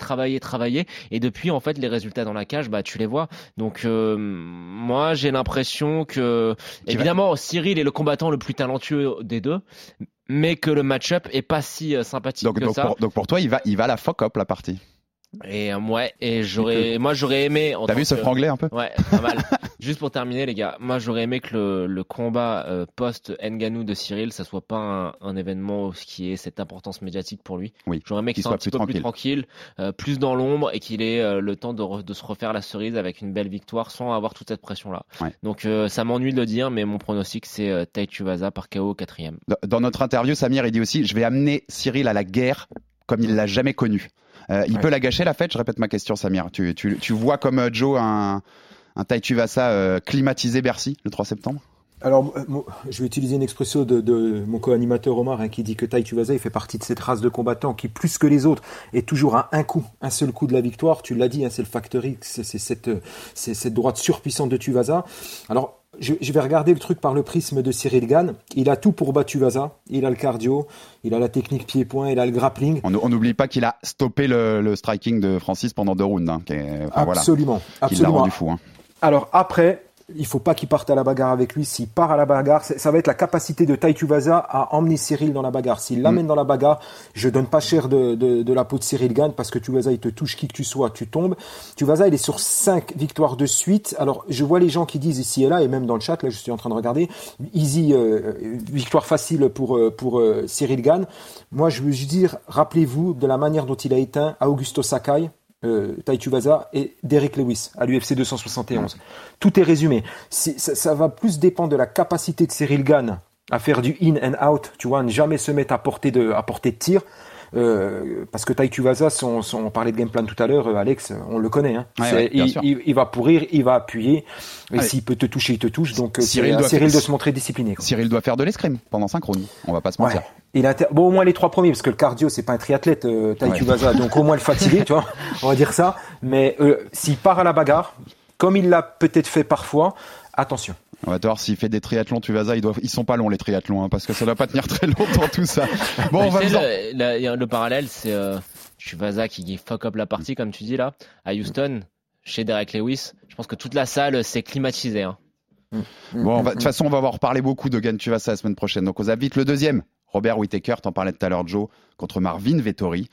et depuis, en fait, les résultats dans la cage, bah tu les vois. Donc moi, j'ai l'impression que évidemment, Cyril est le combattant le plus talentueux des deux, mais que le match-up est pas si sympathique que ça. Donc pour toi, il va la fuck up la partie. Et j'aurais aimé. T'as vu ce franglais un peu? Ouais, pas mal. Juste pour terminer, les gars, moi j'aurais aimé que le combat post Ngannou de Cyril, ça soit pas un événement qui ait cette importance médiatique pour lui. Oui. J'aurais aimé qu'il soit un petit peu plus tranquille, plus dans l'ombre, et qu'il ait le temps de se refaire la cerise avec une belle victoire sans avoir toute cette pression-là. Ouais. Donc ça m'ennuie de le dire, mais mon pronostic c'est Tai Tuivasa par KO 4e. Dans notre interview, Samir il dit aussi, je vais amener Cyril à la guerre comme il l'a jamais connue. Il peut la gâcher la fête? Je répète ma question, Samir. Tu vois comme Joe un Tai Tuivasa climatisé Bercy le 3 septembre? Alors, je vais utiliser une expression de mon co-animateur Omar, qui dit que Tai Tuivasa, il fait partie de cette race de combattants qui, plus que les autres, est toujours à un seul coup de la victoire. Tu l'as dit, c'est le facteur X, c'est cette droite surpuissante de Tuivasa. Alors, je vais regarder le truc par le prisme de Cyril Gane. Il a tout pour battre Tuivasa. Il a le cardio, il a la technique pied-point, il a le grappling. On n'oublie pas qu'il a stoppé le striking de Francis pendant 2 rounds. Absolument. Il l'a rendu fou. Alors après, il faut pas qu'il parte à la bagarre avec lui. S'il part à la bagarre, ça va être la capacité de Tai Tuivasa à emmener Cyril dans la bagarre. S'il l'amène dans la bagarre, je donne pas cher de la peau de Cyril Gane, parce que Tuivasa, il te touche, qui que tu sois, tu tombes. Tuivasa, il est sur 5 victoires de suite. Alors, je vois les gens qui disent ici et là, et même dans le chat, là, je suis en train de regarder, easy, victoire facile pour Cyril Gane. Moi, je veux juste dire, rappelez-vous de la manière dont il a éteint Augusto Sakai, Tai Tuivasa et Derek Lewis à l'UFC 271. Tout est résumé. Ça va plus dépendre de la capacité de Cyril Gane à faire du in and out, tu vois, ne jamais se mettre à portée de tir. Parce que Tai Tuivasa, on parlait de game plan tout à l'heure, Alex, on le connaît. Hein. Il va pourrir, il va appuyer. Et s'il peut te toucher, il te touche. Donc Cyril doit se montrer discipliné. Quoi. Cyril doit faire de l'escrime pendant 5 rounds. On va pas se mentir. Au moins les 3 premiers, parce que le cardio, c'est pas un triathlète, Tai Tuivasa, donc au moins le fatigué, tu vois. On va dire ça. Mais s'il part à la bagarre, comme il l'a peut-être fait parfois, attention. On va voir s'il fait des triathlons, Tuivasa, ils sont pas longs les triathlons, parce que ça doit pas tenir très longtemps tout ça. Bon, on va le parallèle, c'est Tuivasa qui fuck up la partie, comme tu dis là, à Houston, chez Derek Lewis. Je pense que toute la salle s'est climatisée. Hein. Bon, de toute façon, on va en reparler beaucoup de Gane Tuivasa la semaine prochaine. Donc, on a vite le deuxième. Robert Whittaker, t'en parlais tout à l'heure, Joe, contre Marvin Vettori.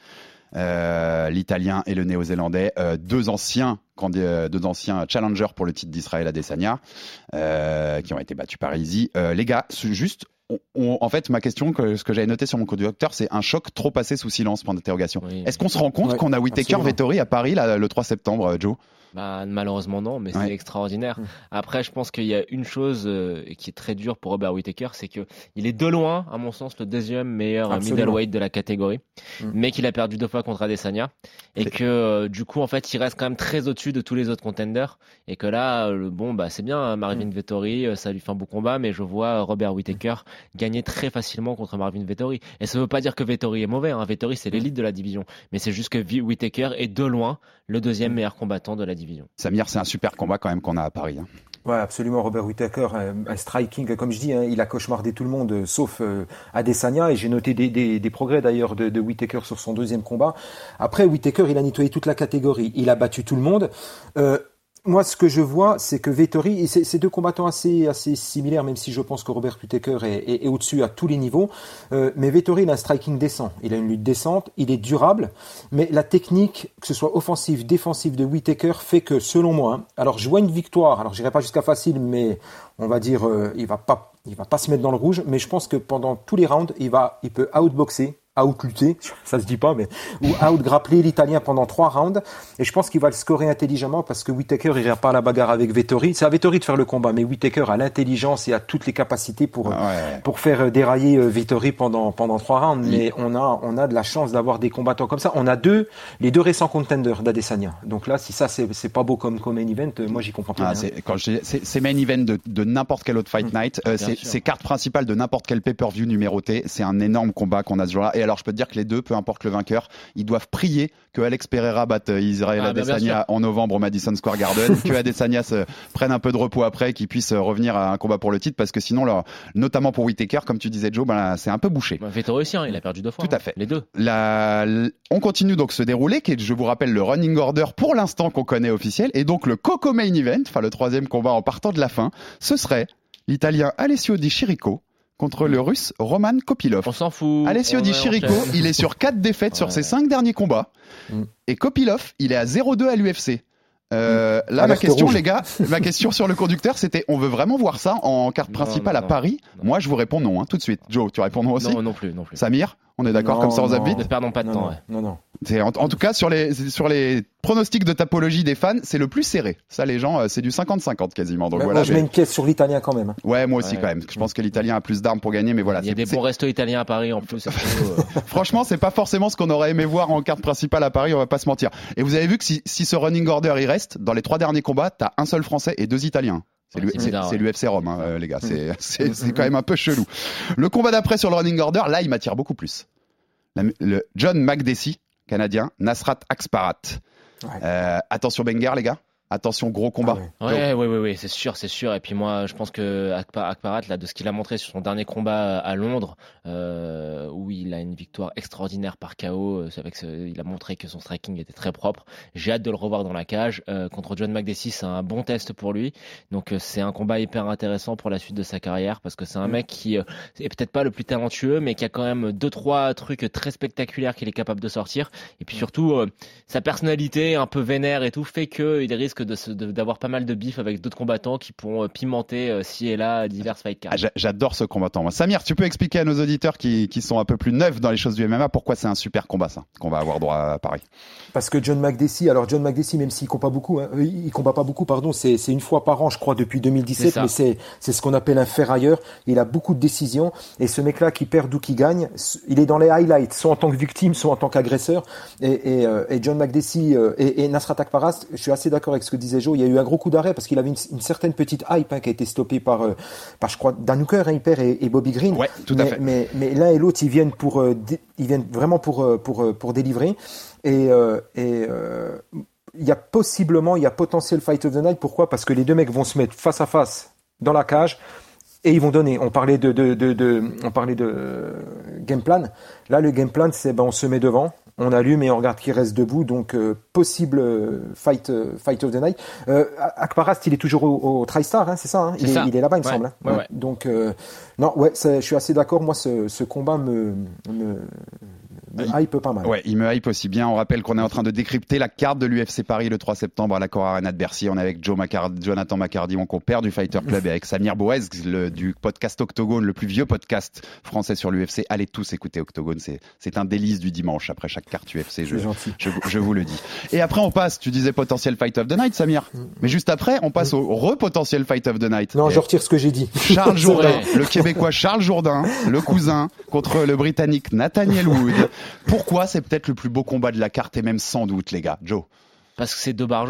L'Italien et le Néo-Zélandais, deux anciens challengers pour le titre d'Israël Adesanya, qui ont été battus par Izzy. Les gars, juste, en fait, ma question, ce que j'avais noté sur mon conducteur, c'est un choc trop passé sous silence, point d'interrogation. Oui. Est-ce qu'on se rend compte qu'on a Whittaker-Vettori à Paris le 3 septembre, Joe? Malheureusement non, mais c'est extraordinaire. Après, je pense qu'il y a une chose qui est très dure pour Robert Whittaker, c'est que il est de loin, à mon sens, le deuxième meilleur middleweight de la catégorie, mais qu'il a perdu 2 fois contre Adesanya, et que du coup, en fait, il reste quand même très au-dessus de tous les autres contenders, et que là, c'est bien, Marvin Vettori, ça lui fait un beau combat, mais je vois Robert Whittaker gagner très facilement contre Marvin Vettori. Et ça veut pas dire que Vettori est mauvais, hein. Vettori, c'est l'élite de la division, mais c'est juste que Whittaker est de loin le deuxième meilleur combattant de la division. Samir, c'est un super combat quand même qu'on a à Paris. Hein. Ouais, absolument. Robert Whittaker, un striking, comme je dis, il a cauchemardé tout le monde, sauf Adesanya. Et j'ai noté des progrès d'ailleurs de Whittaker sur son deuxième combat. Après, Whittaker, il a nettoyé toute la catégorie. Il a battu tout le monde. Moi, ce que je vois, c'est que Vettori, c'est deux combattants assez similaires, même si je pense que Robert Whittaker est au-dessus à tous les niveaux. Mais Vettori, il a un striking décent. Il a une lutte décente, il est durable. Mais la technique, que ce soit offensive, défensive de Whittaker, fait que, selon moi, alors je vois une victoire. Alors, j'irai pas jusqu'à facile, mais on va dire, il va pas se mettre dans le rouge. Mais je pense que pendant tous les rounds, il peut outboxer, out-lutter, ça se dit pas, mais ou out-grappler l'Italien pendant 3 rounds. Et je pense qu'il va le scorer intelligemment parce que Whittaker ira pas à la bagarre avec Vettori. C'est à Vettori de faire le combat, mais Whittaker a l'intelligence et a toutes les capacités pour faire dérailler Vettori pendant 3 rounds. Mais on a de la chance d'avoir des combattants comme ça. On a les deux récents contenders d'Adesanya. Donc là, si ça c'est pas beau comme main event, moi j'y comprends pas. C'est main event de n'importe quel autre fight night. C'est carte principale de n'importe quel pay-per-view numéroté. C'est un énorme combat qu'on a ce jour-là. Et alors, je peux te dire que les deux, peu importe le vainqueur, ils doivent prier que Alex Pereira batte Israël Adesanya en novembre au Madison Square Garden, que Adesanya se prenne un peu de repos après, qu'il puisse revenir à un combat pour le titre, parce que sinon, notamment pour Whittaker, comme tu disais, Joe, c'est un peu bouché. Vettori aussi, il a perdu 2 fois. Tout à fait. Les deux. On continue donc se dérouler, qui est, je vous rappelle, le running order pour l'instant qu'on connaît officiel, et donc le Coco Main Event, enfin le 3e combat en partant de la fin, ce serait l'Italien Alessio Di Chirico contre le Russe Roman Kopylov. On s'en fout. Alessio Di Chirico, il est sur 4 défaites sur ses 5 derniers combats. Et Kopylov, il est à 0-2 à l'UFC. Là, ma question, les gars, ma question sur le conducteur, c'était, on veut vraiment voir ça en carte principale à Paris? Moi, je vous réponds non, tout de suite. Joe, tu réponds non aussi? Non plus. Samir, on est d'accord, comme ça on zappe vite? Ne perdons pas de temps. Non. En tout cas, sur les pronostics de tapologie des fans, c'est le plus serré. Ça, les gens, c'est du 50-50 quasiment. Donc voilà. Moi, je mets une pièce sur l'Italien quand même. Ouais, moi aussi quand même. Je pense que l'Italien a plus d'armes pour gagner, mais voilà. Il y a des bons restos italiens à Paris en plus. Franchement, c'est pas forcément ce qu'on aurait aimé voir en carte principale à Paris, on va pas se mentir. Et vous avez vu que si ce running order il reste, dans les 3 derniers combats, t'as un seul Français et 2 Italiens. C'est l'UFC Rome, les gars. C'est quand même un peu chelou. Le combat d'après sur le running order, là, il m'attire beaucoup plus. Le John Makdessi, canadien, Nasrat Akparat. Attention Bengar, les gars. Attention, gros combat. Oui, c'est sûr. Et puis moi, je pense que Akparat, là, de ce qu'il a montré sur son dernier combat à Londres, où il a une victoire extraordinaire par KO, il a montré que son striking était très propre. J'ai hâte de le revoir dans la cage. Contre John Makdessi, c'est un bon test pour lui. Donc c'est un combat hyper intéressant pour la suite de sa carrière, parce que c'est un mec qui est peut-être pas le plus talentueux, mais qui a quand même 2-3 trucs très spectaculaires qu'il est capable de sortir. Et puis surtout, sa personnalité un peu vénère et tout fait qu'il risque d'avoir pas mal de bif avec d'autres combattants qui pourront pimenter ci et là diverses fight cards. J'adore ce combattant. Moi. Samir, tu peux expliquer à nos auditeurs qui sont un peu plus neufs dans les choses du MMA pourquoi c'est un super combat ça qu'on va avoir droit à Paris? Parce que John Makdessi, même s'il combat pas beaucoup, c'est une fois par an, je crois, depuis 2017, mais c'est ce qu'on appelle un ferrailleur. Il a beaucoup de décisions et ce mec-là qui perd ou qui gagne, il est dans les highlights, soit en tant que victime, soit en tant qu'agresseur. Et John Makdessi et Nasrat Akparat, je suis assez d'accord avec ce que disait Joe, il y a eu un gros coup d'arrêt parce qu'il avait une certaine petite hype qui a été stoppée par je crois Dan Hooker, il perd et Bobby Green. Ouais, tout à fait. Mais l'un et l'autre ils viennent vraiment pour délivrer et il y a potentiel fight of the night. Pourquoi? Parce que les deux mecs vont se mettre face à face dans la cage. Et ils vont donner. On parlait de game plan. Là, le game plan, c'est on se met devant, on allume et on regarde qui reste debout. Donc possible fight of the night. Akparat, il est toujours au TriStar, c'est ça. Il est là-bas, il me semble. Ouais. Donc je suis assez d'accord. Moi, ce combat me hype pas mal. Ouais, il me hype aussi bien. On rappelle qu'on est en train de décrypter la carte de l'UFC Paris le 3 septembre à l'Accor Arena de Bercy. On est avec Jonathan Macardy, mon compère du Fighter Club, et avec Samir Boez, du podcast Octogone, le plus vieux podcast français sur l'UFC. Allez tous écouter Octogone, c'est un délice du dimanche après chaque carte UFC. Je vous le dis. Et après, on passe, tu disais potentiel Fight of the Night, Samir. Mais juste après, on passe au repotentiel Fight of the Night. Non, je retire ce que j'ai dit. Charles Jourdain, le Québécois Charles Jourdain, le cousin, contre le Britannique Nathaniel Wood. Pourquoi c'est peut-être le plus beau combat de la carte et même sans doute, les gars? Joe? Parce que c'est deux barjots.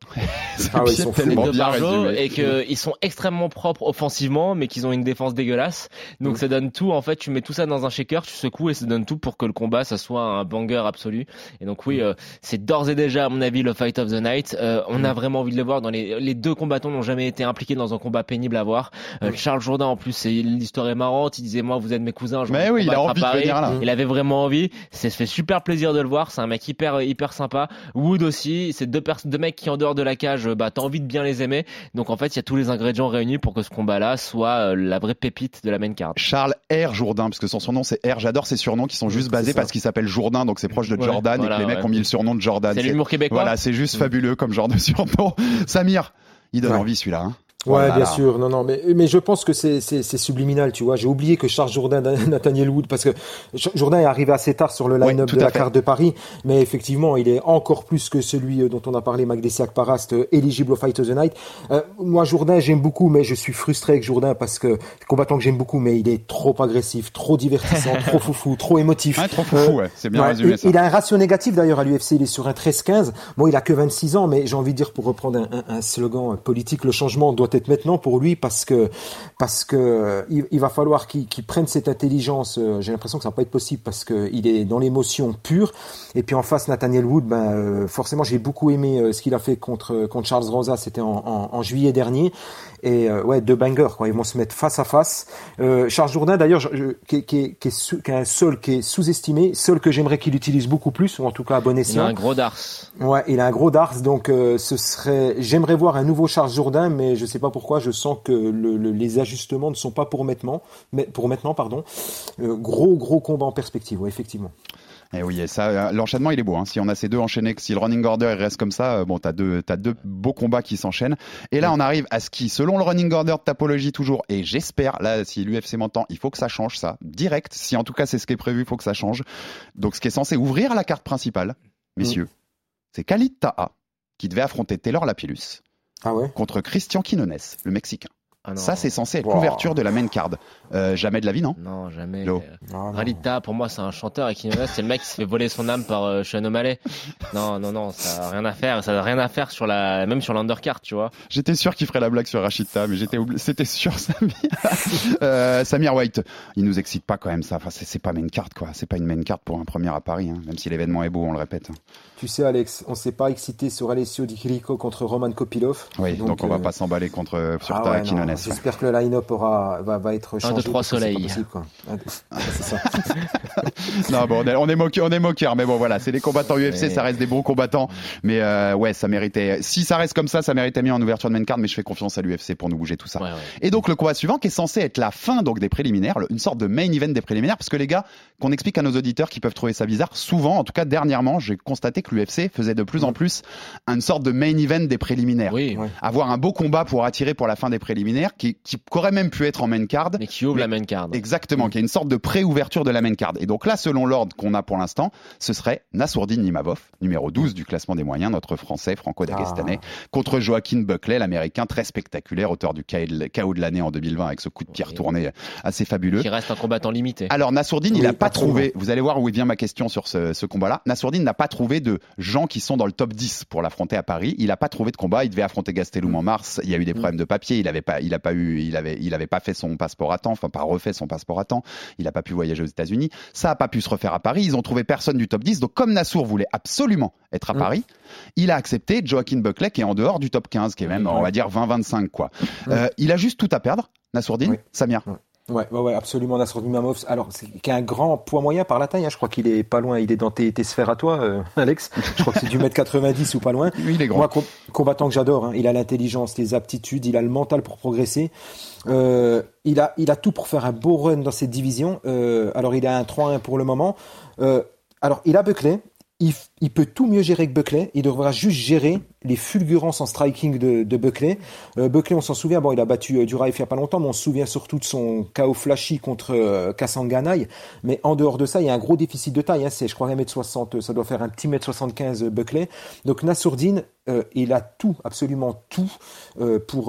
Ils sont tellement bien résumés. Et qu'ils sont extrêmement propres offensivement, mais qu'ils ont une défense dégueulasse. Donc ça donne tout. En fait, tu mets tout ça dans un shaker, tu secoues et ça donne tout pour que le combat, ça soit un banger absolu. Et donc oui, c'est d'ores et déjà, à mon avis, le Fight of the Night. On a vraiment envie de le voir. Dans les deux combattants n'ont jamais été impliqués dans un combat pénible à voir. Charles Jourdain, en plus, l'histoire est marrante. Il disait, moi, vous êtes mes cousins. Mais oui, il a envie de venir là. Il avait vraiment envie. Ça se fait super plaisir de le voir. C'est un mec hyper sympa. Wood aussi. C'est deux mecs qui, en dehors de la cage, t'as envie de bien les aimer. Donc en fait, il y a tous les ingrédients réunis pour que ce combat-là soit la vraie pépite de la main card. Charles R. Jourdain, parce que son surnom c'est R. J'adore ces surnoms qui sont juste basés parce qu'il s'appelle Jourdain, donc c'est proche de Jordan, et que les mecs ont mis le surnom de Jordan. C'est l'humour québécois. Voilà, c'est juste fabuleux comme genre de surnom. Samir, il donne envie celui-là. Hein. Ouais, bien sûr. Non, mais je pense que c'est subliminal, tu vois. J'ai oublié que Charles Jourdain, Nathaniel Wood, parce que Jourdain est arrivé assez tard sur le line-up de la carte de Paris, mais effectivement, il est encore plus que celui dont on a parlé, Magdessiak Parast, éligible au Fight of the Night. Moi, Jourdain, j'aime beaucoup, mais je suis frustré avec Jourdain parce que combattant que j'aime beaucoup, mais il est trop agressif, trop divertissant, trop foufou, trop émotif. Trop foufou, ouais. C'est bien résumé ça. Il a un ratio négatif d'ailleurs à l'UFC, il est sur un 13-15. Bon, il a que 26 ans, mais j'ai envie de dire, pour reprendre un slogan politique, le changement doit être maintenant pour lui parce que il va falloir qu'il prenne cette intelligence. J'ai l'impression que ça va pas être possible parce que il est dans l'émotion pure. Et puis en face, Nathaniel Wood, forcément, j'ai beaucoup aimé ce qu'il a fait contre Charles Rosa. C'était en juillet dernier. Et deux bangers, quoi. Ils vont se mettre face à face. Charles Jourdain, d'ailleurs, qui est un sol qui est sous-estimé, sol que j'aimerais qu'il utilise beaucoup plus, ou en tout cas à bon escient. Il a un gros dars. Ouais, il a un gros dars, donc j'aimerais voir un nouveau Charles Jourdain, mais je sais pas pourquoi, je sens que les ajustements ne sont pas pour maintenant, pardon. Gros combat en perspective, ouais, effectivement. Et oui, et ça, l'enchaînement il est beau. Hein. Si on a ces deux enchaînés, si le running order il reste comme ça, t'as deux beaux combats qui s'enchaînent. Et là, on arrive à ce qui, selon le running order de Tapologie toujours, et j'espère, là, si l'UFC m'entend, il faut que ça change ça, direct. Si en tout cas c'est ce qui est prévu, il faut que ça change. Donc, ce qui est censé ouvrir la carte principale, messieurs, c'est Khalid Taha qui devait affronter Taylor Lapillus contre Christian Quinones, le Mexicain. Ça, c'est censé être l'ouverture de la main card. Jamais de la vie, non? Non, jamais. Ralita, pour moi, c'est un chanteur, et Quinones, c'est le mec qui se fait voler son âme par Sean O'Malley. Non, ça n'a rien à faire. Ça n'a rien à faire même sur l'undercard, tu vois. J'étais sûr qu'il ferait la blague sur Rachida, mais c'était sûr, Samir. Samir White, il nous excite pas quand même ça. Enfin, c'est pas main card, quoi. C'est pas une main card pour un premier à Paris, hein. Même si l'événement est beau, on le répète. Tu sais, Alex, on s'est pas excité sur Alessio Di Chirico contre Roman Kopylov. Oui, donc on va pas s'emballer sur ta Quinones. J'espère que le line-up va être changé. 1, 2, 3 soleils. C'est ça. Non, bon, on est moqueur, mais bon, voilà, c'est les combattants UFC, ça reste des bons combattants. Mais ça méritait. Si ça reste comme ça méritait mieux en ouverture de main card, mais je fais confiance à l'UFC pour nous bouger tout ça. Et donc, le combat suivant, qui est censé être la fin donc des préliminaires, une sorte de main event des préliminaires, parce que les gars, qu'on explique à nos auditeurs qui peuvent trouver ça bizarre, souvent, en tout cas dernièrement, j'ai constaté que l'UFC faisait de plus en plus une sorte de main event des préliminaires. Avoir un beau combat pour attirer pour la fin des préliminaires, qui aurait même pu être en main card. Mais qui ouvre la main card. Exactement, qui est une sorte de pré-ouverture de la main card. Et donc là, selon l'ordre qu'on a pour l'instant, ce serait Nassourdine Nimavov, numéro 12 du classement des moyens, notre français franco-dagestanais, contre Joaquin Buckley, l'américain très spectaculaire, auteur du KO de l'année en 2020 avec ce coup de pied retourné assez fabuleux. Qui reste un combattant limité. Alors Nassourdine, il n'a pas trouvé, vous allez voir où vient ma question sur ce combat-là, Nassourdine n'a pas trouvé de gens qui sont dans le top 10 pour l'affronter à Paris. Il n'a pas trouvé de combat, il devait affronter Gastelum en mars, il y a eu des problèmes de papier, il avait pas fait son passeport à temps, enfin pas refait son passeport à temps, il a pas pu voyager aux États-Unis, ça a pas pu se refaire à Paris, ils ont trouvé personne du top 10, donc comme Nassour voulait absolument être à Paris, il a accepté Joaquin Buckley qui est en dehors du top 15, qui est même on va dire 20-25 quoi. Il a juste tout à perdre, Nassourdine, Samir. Ouais, absolument, Nassourdine Nimavov. Alors, qui a un grand poids moyen par la taille, hein. Je crois qu'il est pas loin, il est dans tes sphères à toi, Alex. Je crois que c'est du 1m90 ou pas loin. Oui, il est grand. Moi, combattant que j'adore, hein. Il a l'intelligence, les aptitudes, il a le mental pour progresser. Il a tout pour faire un beau run dans cette division. Alors, il a un 3-1 pour le moment. Alors, il a Buckley. Il peut tout mieux gérer que Buckley. Il devra juste gérer les fulgurances en striking de Buckley. Buckley, on s'en souvient, il a battu Duraev il y a pas longtemps, mais on se souvient surtout de son KO flashy contre Kassanganay. Mais en dehors de ça, il y a un gros déficit de taille. Hein. C'est, je crois, 1m60, ça doit faire un petit 1m75 Buckley. Donc Nassourdine, il a tout, absolument tout pour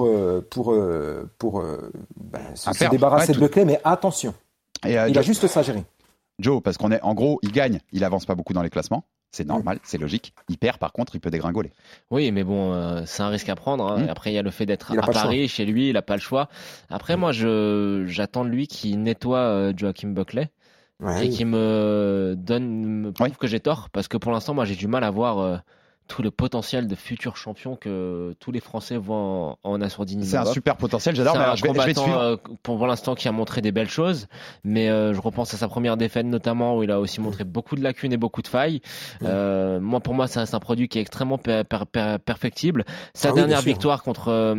se débarrasser de Buckley. Mais attention, il a juste ça à gérer. Joe, parce en gros, il gagne, il avance pas beaucoup dans les classements. C'est normal, c'est logique. Il perd, par contre, il peut dégringoler. Oui, mais bon, c'est un risque à prendre. Hein. Après, il y a le fait d'être à Paris, chez lui, il n'a pas le choix. Après, moi, j'attends de lui qu'il nettoie Joachim Buckley et qu'il me prouve que j'ai tort. Parce que pour l'instant, moi, j'ai du mal à voir tout le potentiel de futur champion que tous les Français voient en Nassourdine. C'est un super potentiel, j'adore. C'est mais un je vais te suivre. Pour l'instant, qui a montré des belles choses, mais je repense à sa première défaite notamment où il a aussi montré beaucoup de lacunes et beaucoup de failles. Pour moi, c'est un produit qui est extrêmement perfectible. Sa dernière victoire contre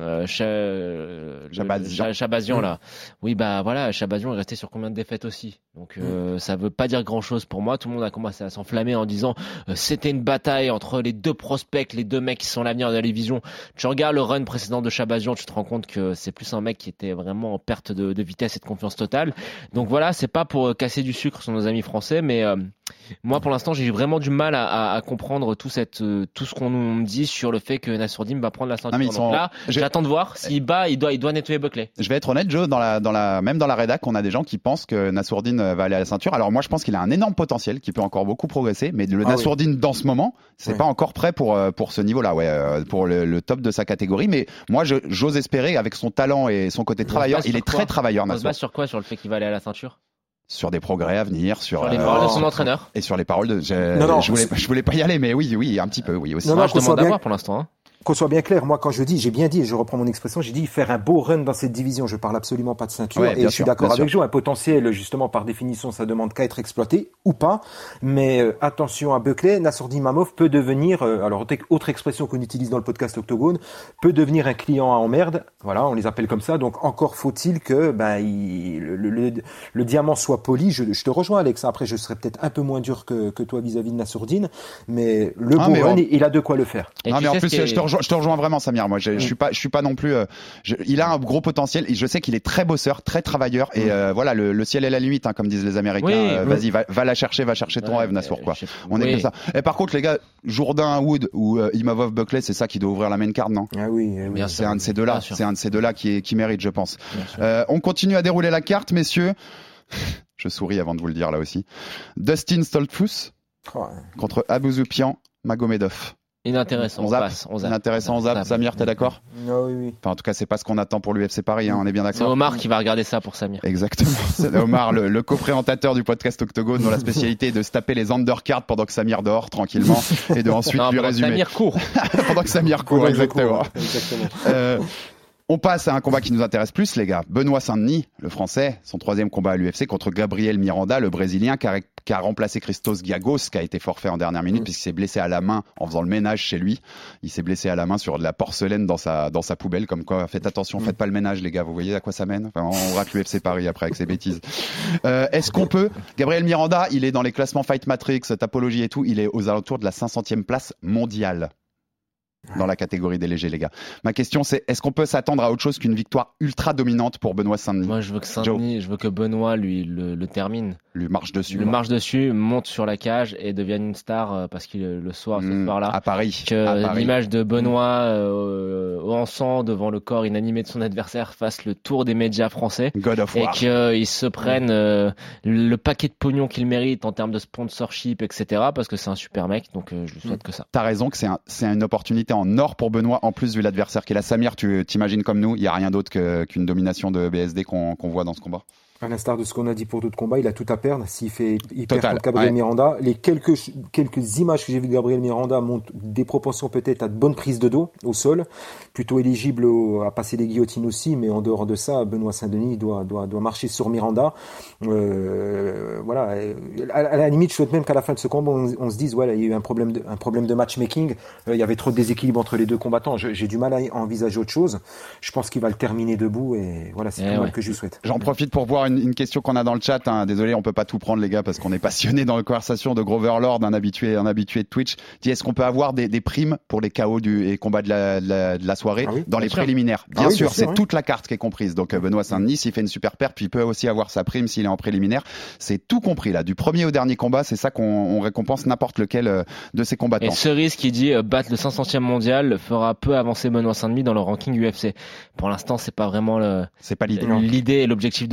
Chabazian là. Oui, bah voilà, Chabazian est resté sur combien de défaites aussi. Donc ça veut pas dire grand chose pour moi. Tout le monde a commencé à s'enflammer en disant c'était une bataille entre les deux prospects, les deux mecs qui sont l'avenir de la division. Tu regardes le run précédent de Chabazian, tu te rends compte que c'est plus un mec qui était vraiment en perte de vitesse et de confiance totale. Donc voilà, c'est pas pour casser du sucre sur nos amis français, mais moi pour l'instant j'ai vraiment du mal à comprendre tout ce qu'on nous dit sur le fait que Nassourdine va prendre la ceinture. Donc là, j'attends de voir s'il bat, il doit nettoyer Buckley. Je vais être honnête, Joe, même dans la rédac, on a des gens qui pensent que Nassourdine va aller à la ceinture. Alors moi je pense qu'il a un énorme potentiel, qui peut encore beaucoup progresser, mais le Nassourdine dans ce moment, c'est pas encore prêt pour ce niveau-là, pour le top de sa catégorie. Mais moi, j'ose espérer, avec son talent et son côté travailleur, il est très travailleur. On se base sur quoi? Sur le fait qu'il va aller à la ceinture? Sur des progrès à venir, sur les paroles de son entraîneur et sur les paroles de. Je voulais pas y aller, mais oui, un petit peu, oui aussi. Je demande d'avoir pour l'instant. Hein. Qu'on soit bien clair, moi quand je dis, j'ai bien dit, je reprends mon expression, j'ai dit faire un beau run dans cette division. Je parle absolument pas de ceinture et je suis d'accord avec Joe. Un potentiel, justement, par définition, ça demande qu'à être exploité ou pas. Mais attention à Buckley, Nassourdine Mamov peut devenir, alors autre expression qu'on utilise dans le podcast Octogone, peut devenir un client à emmerde. Voilà, on les appelle comme ça. Donc encore faut-il que le diamant soit poli. Je te rejoins, Alex. Après, je serais peut-être un peu moins dur que toi vis-à-vis de Nassourdine, mais le beau run, il a de quoi le faire. Mais en plus, je te rejoins vraiment, Samir. Moi, je suis pas non plus. Il a un gros potentiel. Et je sais qu'il est très bosseur, très travailleur. Et voilà, le ciel est la limite, hein, comme disent les Américains. Vas-y, va la chercher, va chercher ton rêve, Nassour. Quoi. On est comme ça. Et par contre, les gars, Jourdain, Wood ou Imavov, Buckley, c'est ça qui doit ouvrir la main card, non? Ah oui. C'est un de ces deux-là. C'est un de ces deux-là qui mérite, je pense. On continue à dérouler la carte, messieurs. Je souris avant de vous le dire là aussi. Dustin Stoltzfus contre Abuzoupian Magomedov. Inintéressant, on zappe. Samir, t'es d'accord? Oui. Enfin, en tout cas, c'est pas ce qu'on attend pour l'UFC Paris, hein, on est bien d'accord. C'est Omar qui va regarder ça pour Samir. Exactement. C'est Omar, le co-présentateur du podcast Octogone, dont la spécialité est de se taper les undercards pendant que Samir dort tranquillement et de ensuite lui résumer. Samir court. Pendant que Samir court, exactement. On passe à un combat qui nous intéresse plus, les gars. Benoît Saint-Denis, le Français, son 3e combat à l'UFC contre Gabriel Miranda, le Brésilien, qui a remplacé Christos Giagos, qui a été forfait en dernière minute puisqu'il s'est blessé à la main en faisant le ménage chez lui. Il s'est blessé à la main sur de la porcelaine dans sa poubelle, comme quoi, faites attention, faites pas le ménage, les gars. Vous voyez à quoi ça mène? Enfin, on rate l'UFC Paris après avec ces bêtises. Est-ce qu'on peut? Gabriel Miranda, il est dans les classements Fight Matrix, Tapology et tout. Il est aux alentours de la 500e place mondiale dans la catégorie des légers, les gars. Ma question, c'est est-ce qu'on peut s'attendre à autre chose qu'une victoire ultra dominante pour Benoît Saint-Denis? Moi, je veux que Benoît lui le termine. Lui marche dessus. Monte sur la cage et devienne une star parce qu'il ce soir-là. À Paris. L'image de Benoît en sang devant le corps inanimé de son adversaire fasse le tour des médias français. God of War. Et qu'il se prenne le paquet de pognon qu'il mérite en termes de sponsorship, etc. Parce que c'est un super mec, donc je lui souhaite que ça. T'as raison que c'est une opportunité en or pour Benoît, en plus vu l'adversaire qui est la Samir. Tu t'imagines comme nous, il n'y a rien d'autre qu'une domination de BSD qu'on voit dans ce combat. À l'instar de ce qu'on a dit pour d'autres combats, il a tout à perdre s'il perd contre Gabriel Miranda. Les quelques images que j'ai vues de Gabriel Miranda montrent des proportions peut-être à de bonnes prises de dos au sol, plutôt éligible à passer les guillotines aussi, mais en dehors de ça, Benoît Saint-Denis doit marcher sur Miranda. Voilà. À la limite, je souhaite même qu'à la fin de ce combat, on se dise, voilà, il y a eu un problème de matchmaking. Il y avait trop de déséquilibre entre les deux combattants. J'ai du mal à envisager autre chose. Je pense qu'il va le terminer debout et voilà, c'est tout que je lui souhaite. J'en profite pour voir une question qu'on a dans le chat, hein. Désolé, on peut pas tout prendre, les gars, parce qu'on est passionné dans la conversation de Grover Lord, un habitué de Twitch. Dit, est-ce qu'on peut avoir des primes pour les KO et combats de la soirée dans les préliminaires? Bien sûr, c'est toute la carte qui est comprise. Donc Benoît Saint-Denis, s'il fait une super perte, puis il peut aussi avoir sa prime s'il est en préliminaire. C'est tout compris là, du premier au dernier combat. C'est ça qu'on récompense n'importe lequel de ces combattants. Et Cerise qui dit battre le 500e mondial fera peu avancer Benoît Saint-Denis dans le ranking UFC. Pour l'instant, c'est pas vraiment l'idée et l'objectif de Benoît Saint-Denis.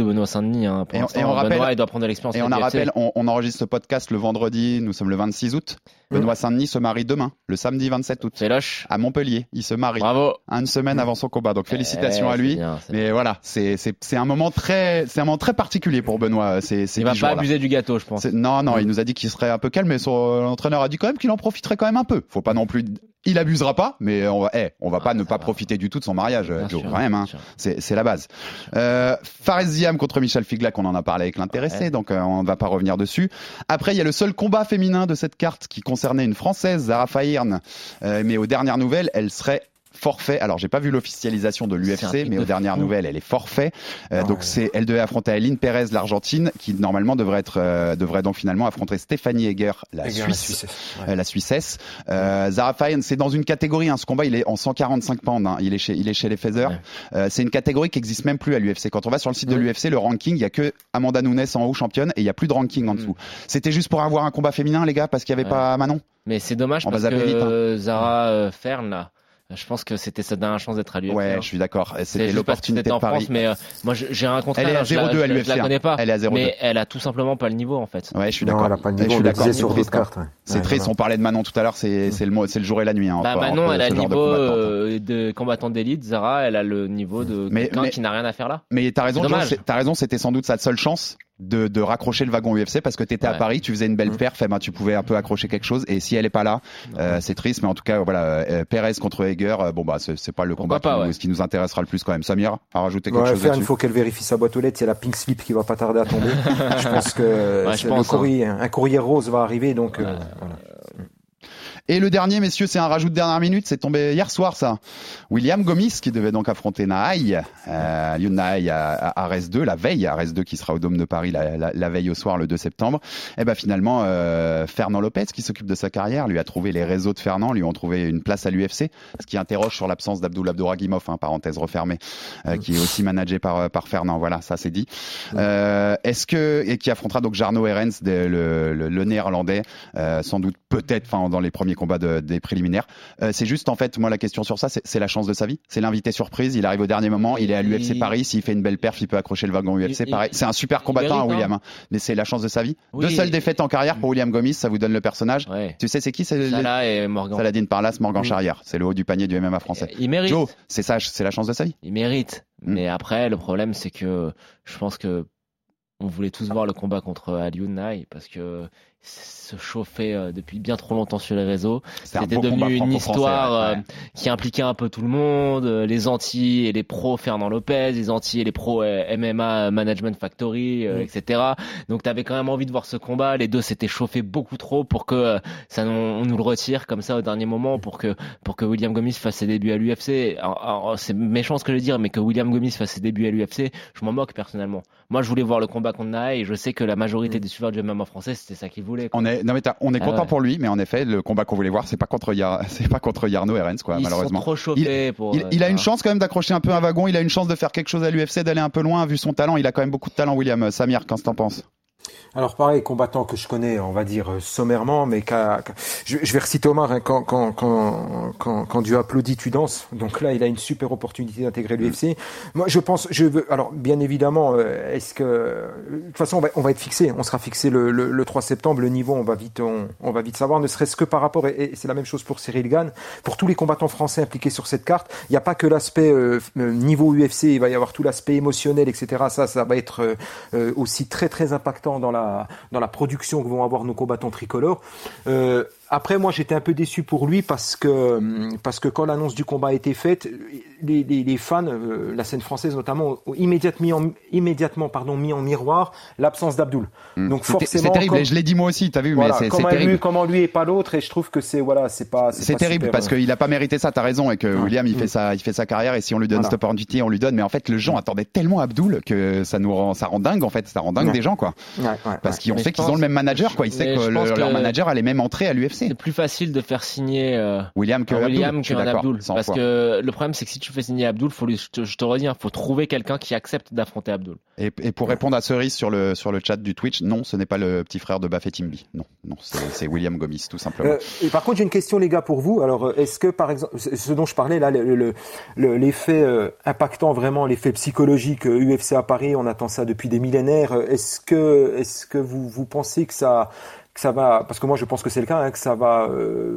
Saint-Denis. Hein. Pour l'instant, on rappelle, Benoît, il doit prendre de l'expérience. Et on rappelle, on enregistre ce podcast le vendredi, nous sommes le 26 août. Benoît Saint-Denis se marie demain, le samedi 27 août. C'est loche. À Montpellier, il se marie. Bravo. Une semaine avant son combat, donc félicitations à lui. Bien, mais voilà, c'est un moment très particulier pour Benoît. Il va pas abuser du gâteau, je pense. Non, il nous a dit qu'il serait un peu calme, mais son entraîneur a dit quand même qu'il en profiterait quand même un peu. Faut pas non plus. Il abusera pas, mais on va pas ne pas profiter du tout de son mariage, Joe, quand même. Hein. C'est la base. Fares Ziam contre Michel Figlac, on en a parlé avec l'intéressé, donc on ne va pas revenir dessus. Après, il y a le seul combat féminin de cette carte qui concernait une Française, Zara Fairn, mais aux dernières nouvelles, elle serait forfait. Alors, j'ai pas vu l'officialisation de l'UFC, mais aux dernières nouvelles, elle est forfait. Donc, elle devait affronter Aline Perez, l'Argentine, qui normalement devrait donc finalement affronter Stéphanie Egger, la Suissesse. Zara Fairn, c'est dans une catégorie. Ce combat, il est en 145 pounds. Il est chez les Feather. C'est une catégorie qui existe même plus à l'UFC. Quand on va sur le site de l'UFC, le ranking, il y a que Amanda Nunes en haut championne et il y a plus de ranking en dessous. C'était juste pour avoir un combat féminin, les gars, parce qu'il y avait pas Manon. Mais c'est dommage parce que Zara Fairn là. Je pense que c'était sa dernière chance d'être à l'UFC. Ouais, je suis d'accord. C'était l'opportunité en de Paris. France, mais moi j'ai rencontré. Elle est à 0-2 à l'UFC. Je la connais pas. Elle est à 0-2. Mais elle a tout simplement pas le niveau en fait. Ouais, je suis d'accord. Elle a pas le niveau. On le disait sur d'autres cartes. C'est triste. On parlait de Manon tout à l'heure. C'est le jour et la nuit. Manon, elle a le niveau de combattante d'élite. Zara, elle a le niveau de quelqu'un qui n'a rien à faire là. Mais t'as raison. C'était sans doute sa seule chance de raccrocher le wagon UFC parce que t'étais à Paris, tu faisais une belle perf, tu pouvais un peu accrocher quelque chose. Et si elle est pas là, c'est triste. Mais en tout cas, voilà, Perez contre Egger, c'est pas le combat ce qui nous intéressera le plus quand même. Samir a rajouté quelque chose là-dessus. Il faut qu'elle vérifie sa boîte aux lettres. Il y a la pink slip qui va pas tarder à tomber. Je pense que un courrier rose va arriver. Donc voilà. Et le dernier, messieurs, c'est un rajout de dernière minute. C'est tombé hier soir, ça. William Gomis, qui devait donc affronter Nahaï, Lyon Nahaï à Ares 2, la veille, Ares 2 qui sera au Dôme de Paris la veille au soir, le 2 septembre. Et finalement, Fernand Lopez, qui s'occupe de sa carrière, lui a trouvé les réseaux de Fernand, lui ont trouvé une place à l'UFC, ce qui interroge sur l'absence d'Abdoul Abdouragimov, parenthèse refermée, qui est aussi managé par Fernand. Voilà, ça c'est dit. Et qui affrontera donc Jarno Herens, le néerlandais, sans doute, peut-être, dans les premiers combats des préliminaires. C'est juste, en fait, moi, la question sur ça, c'est la chance de sa vie. C'est l'invité surprise. Il arrive au dernier moment. Il est à l'UFC Paris. S'il fait une belle perf, il peut accrocher le wagon UFC. Pareil. C'est un super combattant, William. Mais c'est la chance de sa vie. Oui, 2 seules défaites en carrière pour William Gomis. Ça vous donne le personnage. Ouais. Tu sais, c'est qui? Salah et Morgan. Saladin Parlas, Morgan Charrière. C'est le haut du panier du MMA français. Il mérite. Joe, c'est la chance de sa vie. Il mérite. Mais après, le problème, c'est que je pense que on voulait tous voir le combat contre Aliou Nahaï parce que se chauffer depuis bien trop longtemps sur les réseaux. C'était devenu une histoire qui impliquait un peu tout le monde, les anti et les pros Fernand Lopez, les anti et les pros MMA Management Factory, etc. Donc t'avais quand même envie de voir ce combat. Les deux s'étaient chauffés beaucoup trop pour que on nous le retire comme ça au dernier moment, pour que William Gomis fasse ses débuts à l'UFC. Alors, c'est méchant ce que je veux dire, mais que William Gomis fasse ses débuts à l'UFC, je m'en moque personnellement. Moi, je voulais voir le combat contre Nahaï et je sais que la majorité des suiveurs du MMA français, c'était ça qu'ils voulaient. On est content pour lui, mais en effet, le combat qu'on voulait voir, c'est pas contre Jarno Herens, quoi, malheureusement. Ils sont trop chauffés il a une chance quand même d'accrocher un peu un wagon. Il a une chance de faire quelque chose à l'UFC, d'aller un peu loin, vu son talent. Il a quand même beaucoup de talent, William. Samir, qu'est-ce que t'en penses? Alors pareil, combattant que je connais, on va dire sommairement, mais je vais reciter Omar, quand Dieu applaudit, tu danses. Donc là, il a une super opportunité d'intégrer l'UFC. Moi, alors bien évidemment, de toute façon, on va être fixé. On sera fixé le 3 septembre. Le niveau, on va vite savoir, ne serait-ce que par rapport, et c'est la même chose pour Cyril Gane, pour tous les combattants français impliqués sur cette carte. Il n'y a pas que l'aspect niveau UFC, il va y avoir tout l'aspect émotionnel, etc. Ça va être aussi très très impactant dans la production que vont avoir nos combattants tricolores. Après, moi, j'étais un peu déçu pour lui parce que quand l'annonce du combat a été faite, les fans, la scène française notamment, ont immédiatement mis en miroir l'absence d'Abdoul. Donc forcément, c'est terrible. Je l'ai dit moi aussi. T'as vu, voilà, mais c'est terrible. Comment lui et pas l'autre. Et je trouve que c'est terrible super, parce qu'il a pas mérité ça. T'as raison, et que William il fait sa carrière, et si on lui donne cette opportunité, on lui donne. Mais en fait, les gens attendaient tellement Abdoul que ça rend dingue. En fait, ça rend dingue des gens, quoi. Parce qu'on sait qu'ils ont le même manager, quoi. Ils savent que leur manager a les mêmes entrées à l'UFC. C'est plus facile de faire signer William que Abdul. Parce que le problème, c'est que si tu fais signer Abdul, je te redis, faut trouver quelqu'un qui accepte d'affronter Abdul. Et pour répondre à Cerise sur le chat du Twitch, non, ce n'est pas le petit frère de Bafet Timby. Non, c'est William Gomis, tout simplement. Et par contre, j'ai une question, les gars, pour vous. Alors, est-ce que, par exemple, ce dont je parlais là, l'effet impactant vraiment, l'effet psychologique UFC à Paris, on attend ça depuis des millénaires. Est-ce que vous pensez que ça va, parce que moi je pense que c'est le cas, hein, que ça va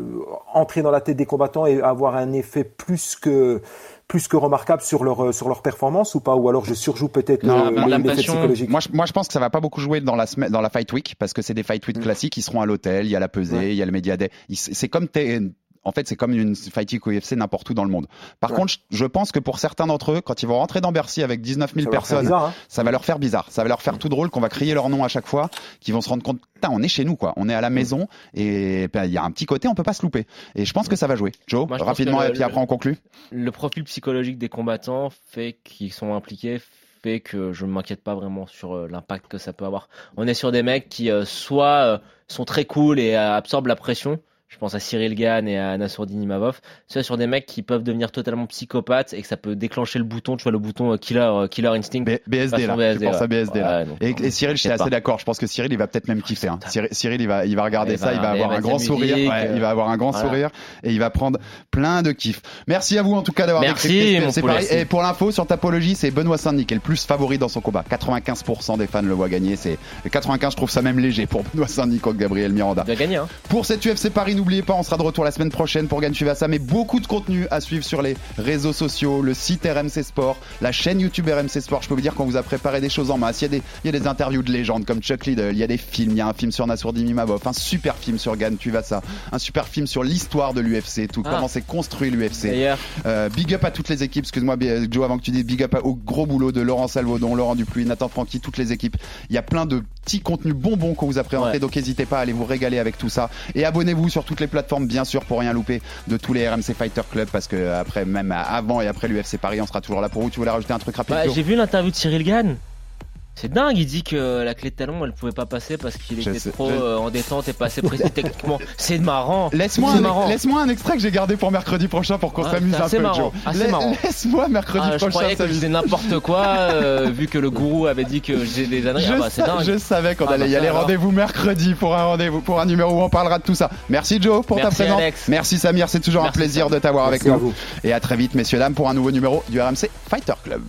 entrer dans la tête des combattants et avoir un effet plus que remarquable sur leur performance ou pas, ou alors je surjoue peut-être l'effet psychologique. Moi je pense que ça va pas beaucoup jouer dans la Fight Week, parce que c'est des Fight Week classiques, ils seront à l'hôtel, il y a la pesée, il y a le Media Day, c'est comme en fait, c'est comme une Fight Week UFC n'importe où dans le monde. Par contre, je pense que pour certains d'entre eux, quand ils vont rentrer dans Bercy avec 19 000 personnes, ça va leur faire bizarre. Ça va leur faire tout drôle qu'on va crier leur nom à chaque fois, qu'ils vont se rendre compte, putain, on est chez nous, quoi. On est à la maison et il y a un petit côté, on peut pas se louper. Et je pense que ça va jouer. Joe, rapidement, et puis après on conclut. Le profil psychologique des combattants fait qu'ils sont impliqués, fait que je ne m'inquiète pas vraiment sur l'impact que ça peut avoir. On est sur des mecs qui soit sont très cool et absorbent la pression. Je pense à Cyril Gane et à Nassourdine Imavov. C'est sur des mecs qui peuvent devenir totalement psychopathes et que ça peut déclencher le bouton, tu vois, le bouton Killer Instinct. BSD, là. Tu penses à BSD, là. Et Cyril, je suis assez d'accord. Je pense que Cyril, il va peut-être même kiffer, hein. Cyril, il va regarder ça, il va avoir un grand sourire. Il va avoir un grand sourire et il va prendre plein de kiff. Merci à vous, en tout cas, d'avoir décrypté. C'est pareil. Et pour l'info, sur Tapologie, c'est Benoît Saint-Denis qui est le plus favori dans son combat. 95% des fans le voient gagner. C'est 95, je trouve ça même léger pour Benoît Saint-Denis contre Gabriel Miranda. Il va gagner, hein. Pour cette UFC Paris, n'oubliez pas, on sera de retour la semaine prochaine pour Gann Tuivasa, mais beaucoup de contenu à suivre sur les réseaux sociaux, le site RMC Sport, la chaîne YouTube RMC Sport. Je peux vous dire qu'on vous a préparé des choses en masse. Il y a des interviews de légendes comme Chuck Liddell, il y a des films, il y a un film sur Nassourdine Imavov, un super film sur Gann Tuivasa, un super film sur l'histoire de l'UFC, comment s'est construit l'UFC. Big up à toutes les équipes, excuse-moi Joe, avant que tu dises, big up au gros boulot de Laurent Salvaudon, Laurent Dupuis, Nathan Franchi, toutes les équipes. Il y a plein de petits contenus bonbons qu'on vous a présentés, donc n'hésitez pas à aller vous régaler avec tout ça et abonnez-vous sur toutes les plateformes, bien sûr, pour rien louper de tous les RMC Fighter Club, parce que après, même avant et après l'UFC Paris, on sera toujours là pour vous. Tu voulais rajouter un truc rapide? J'ai vu l'interview de Cyril Gane. C'est dingue, il dit que la clé de talon, elle pouvait pas passer parce qu'il était trop en détente et pas assez précis techniquement. C'est marrant. Laisse-moi un extrait que j'ai gardé pour mercredi prochain pour qu'on s'amuse un peu, Joe. Laisse-moi mercredi prochain. Je croyais que je disais n'importe quoi, vu que le gourou avait dit que j'ai des âneries. C'est dingue. Je savais qu'on allait y aller. Rendez-vous mercredi pour un numéro où on parlera de tout ça. Merci Joe pour ta présence. Alex. Merci Samir, c'est toujours un plaisir de t'avoir avec nous. Et à très vite, messieurs dames, pour un nouveau numéro du RMC Fighter Club.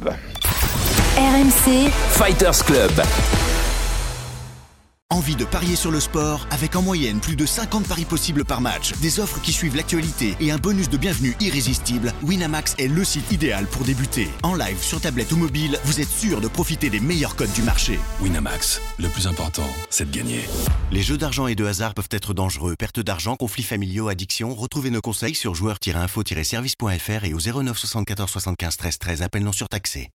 RMC Fighters Club. Envie de parier sur le sport avec en moyenne plus de 50 paris possibles par match, des offres qui suivent l'actualité et un bonus de bienvenue irrésistible? Winamax est le site idéal pour débuter. En live, sur tablette ou mobile, vous êtes sûr de profiter des meilleurs codes du marché. Winamax, le plus important, c'est de gagner. Les jeux d'argent et de hasard peuvent être dangereux. Perte d'argent, conflits familiaux, addiction. Retrouvez nos conseils sur joueurs-info-service.fr et au 09 74 75 13 13. Appel non surtaxé.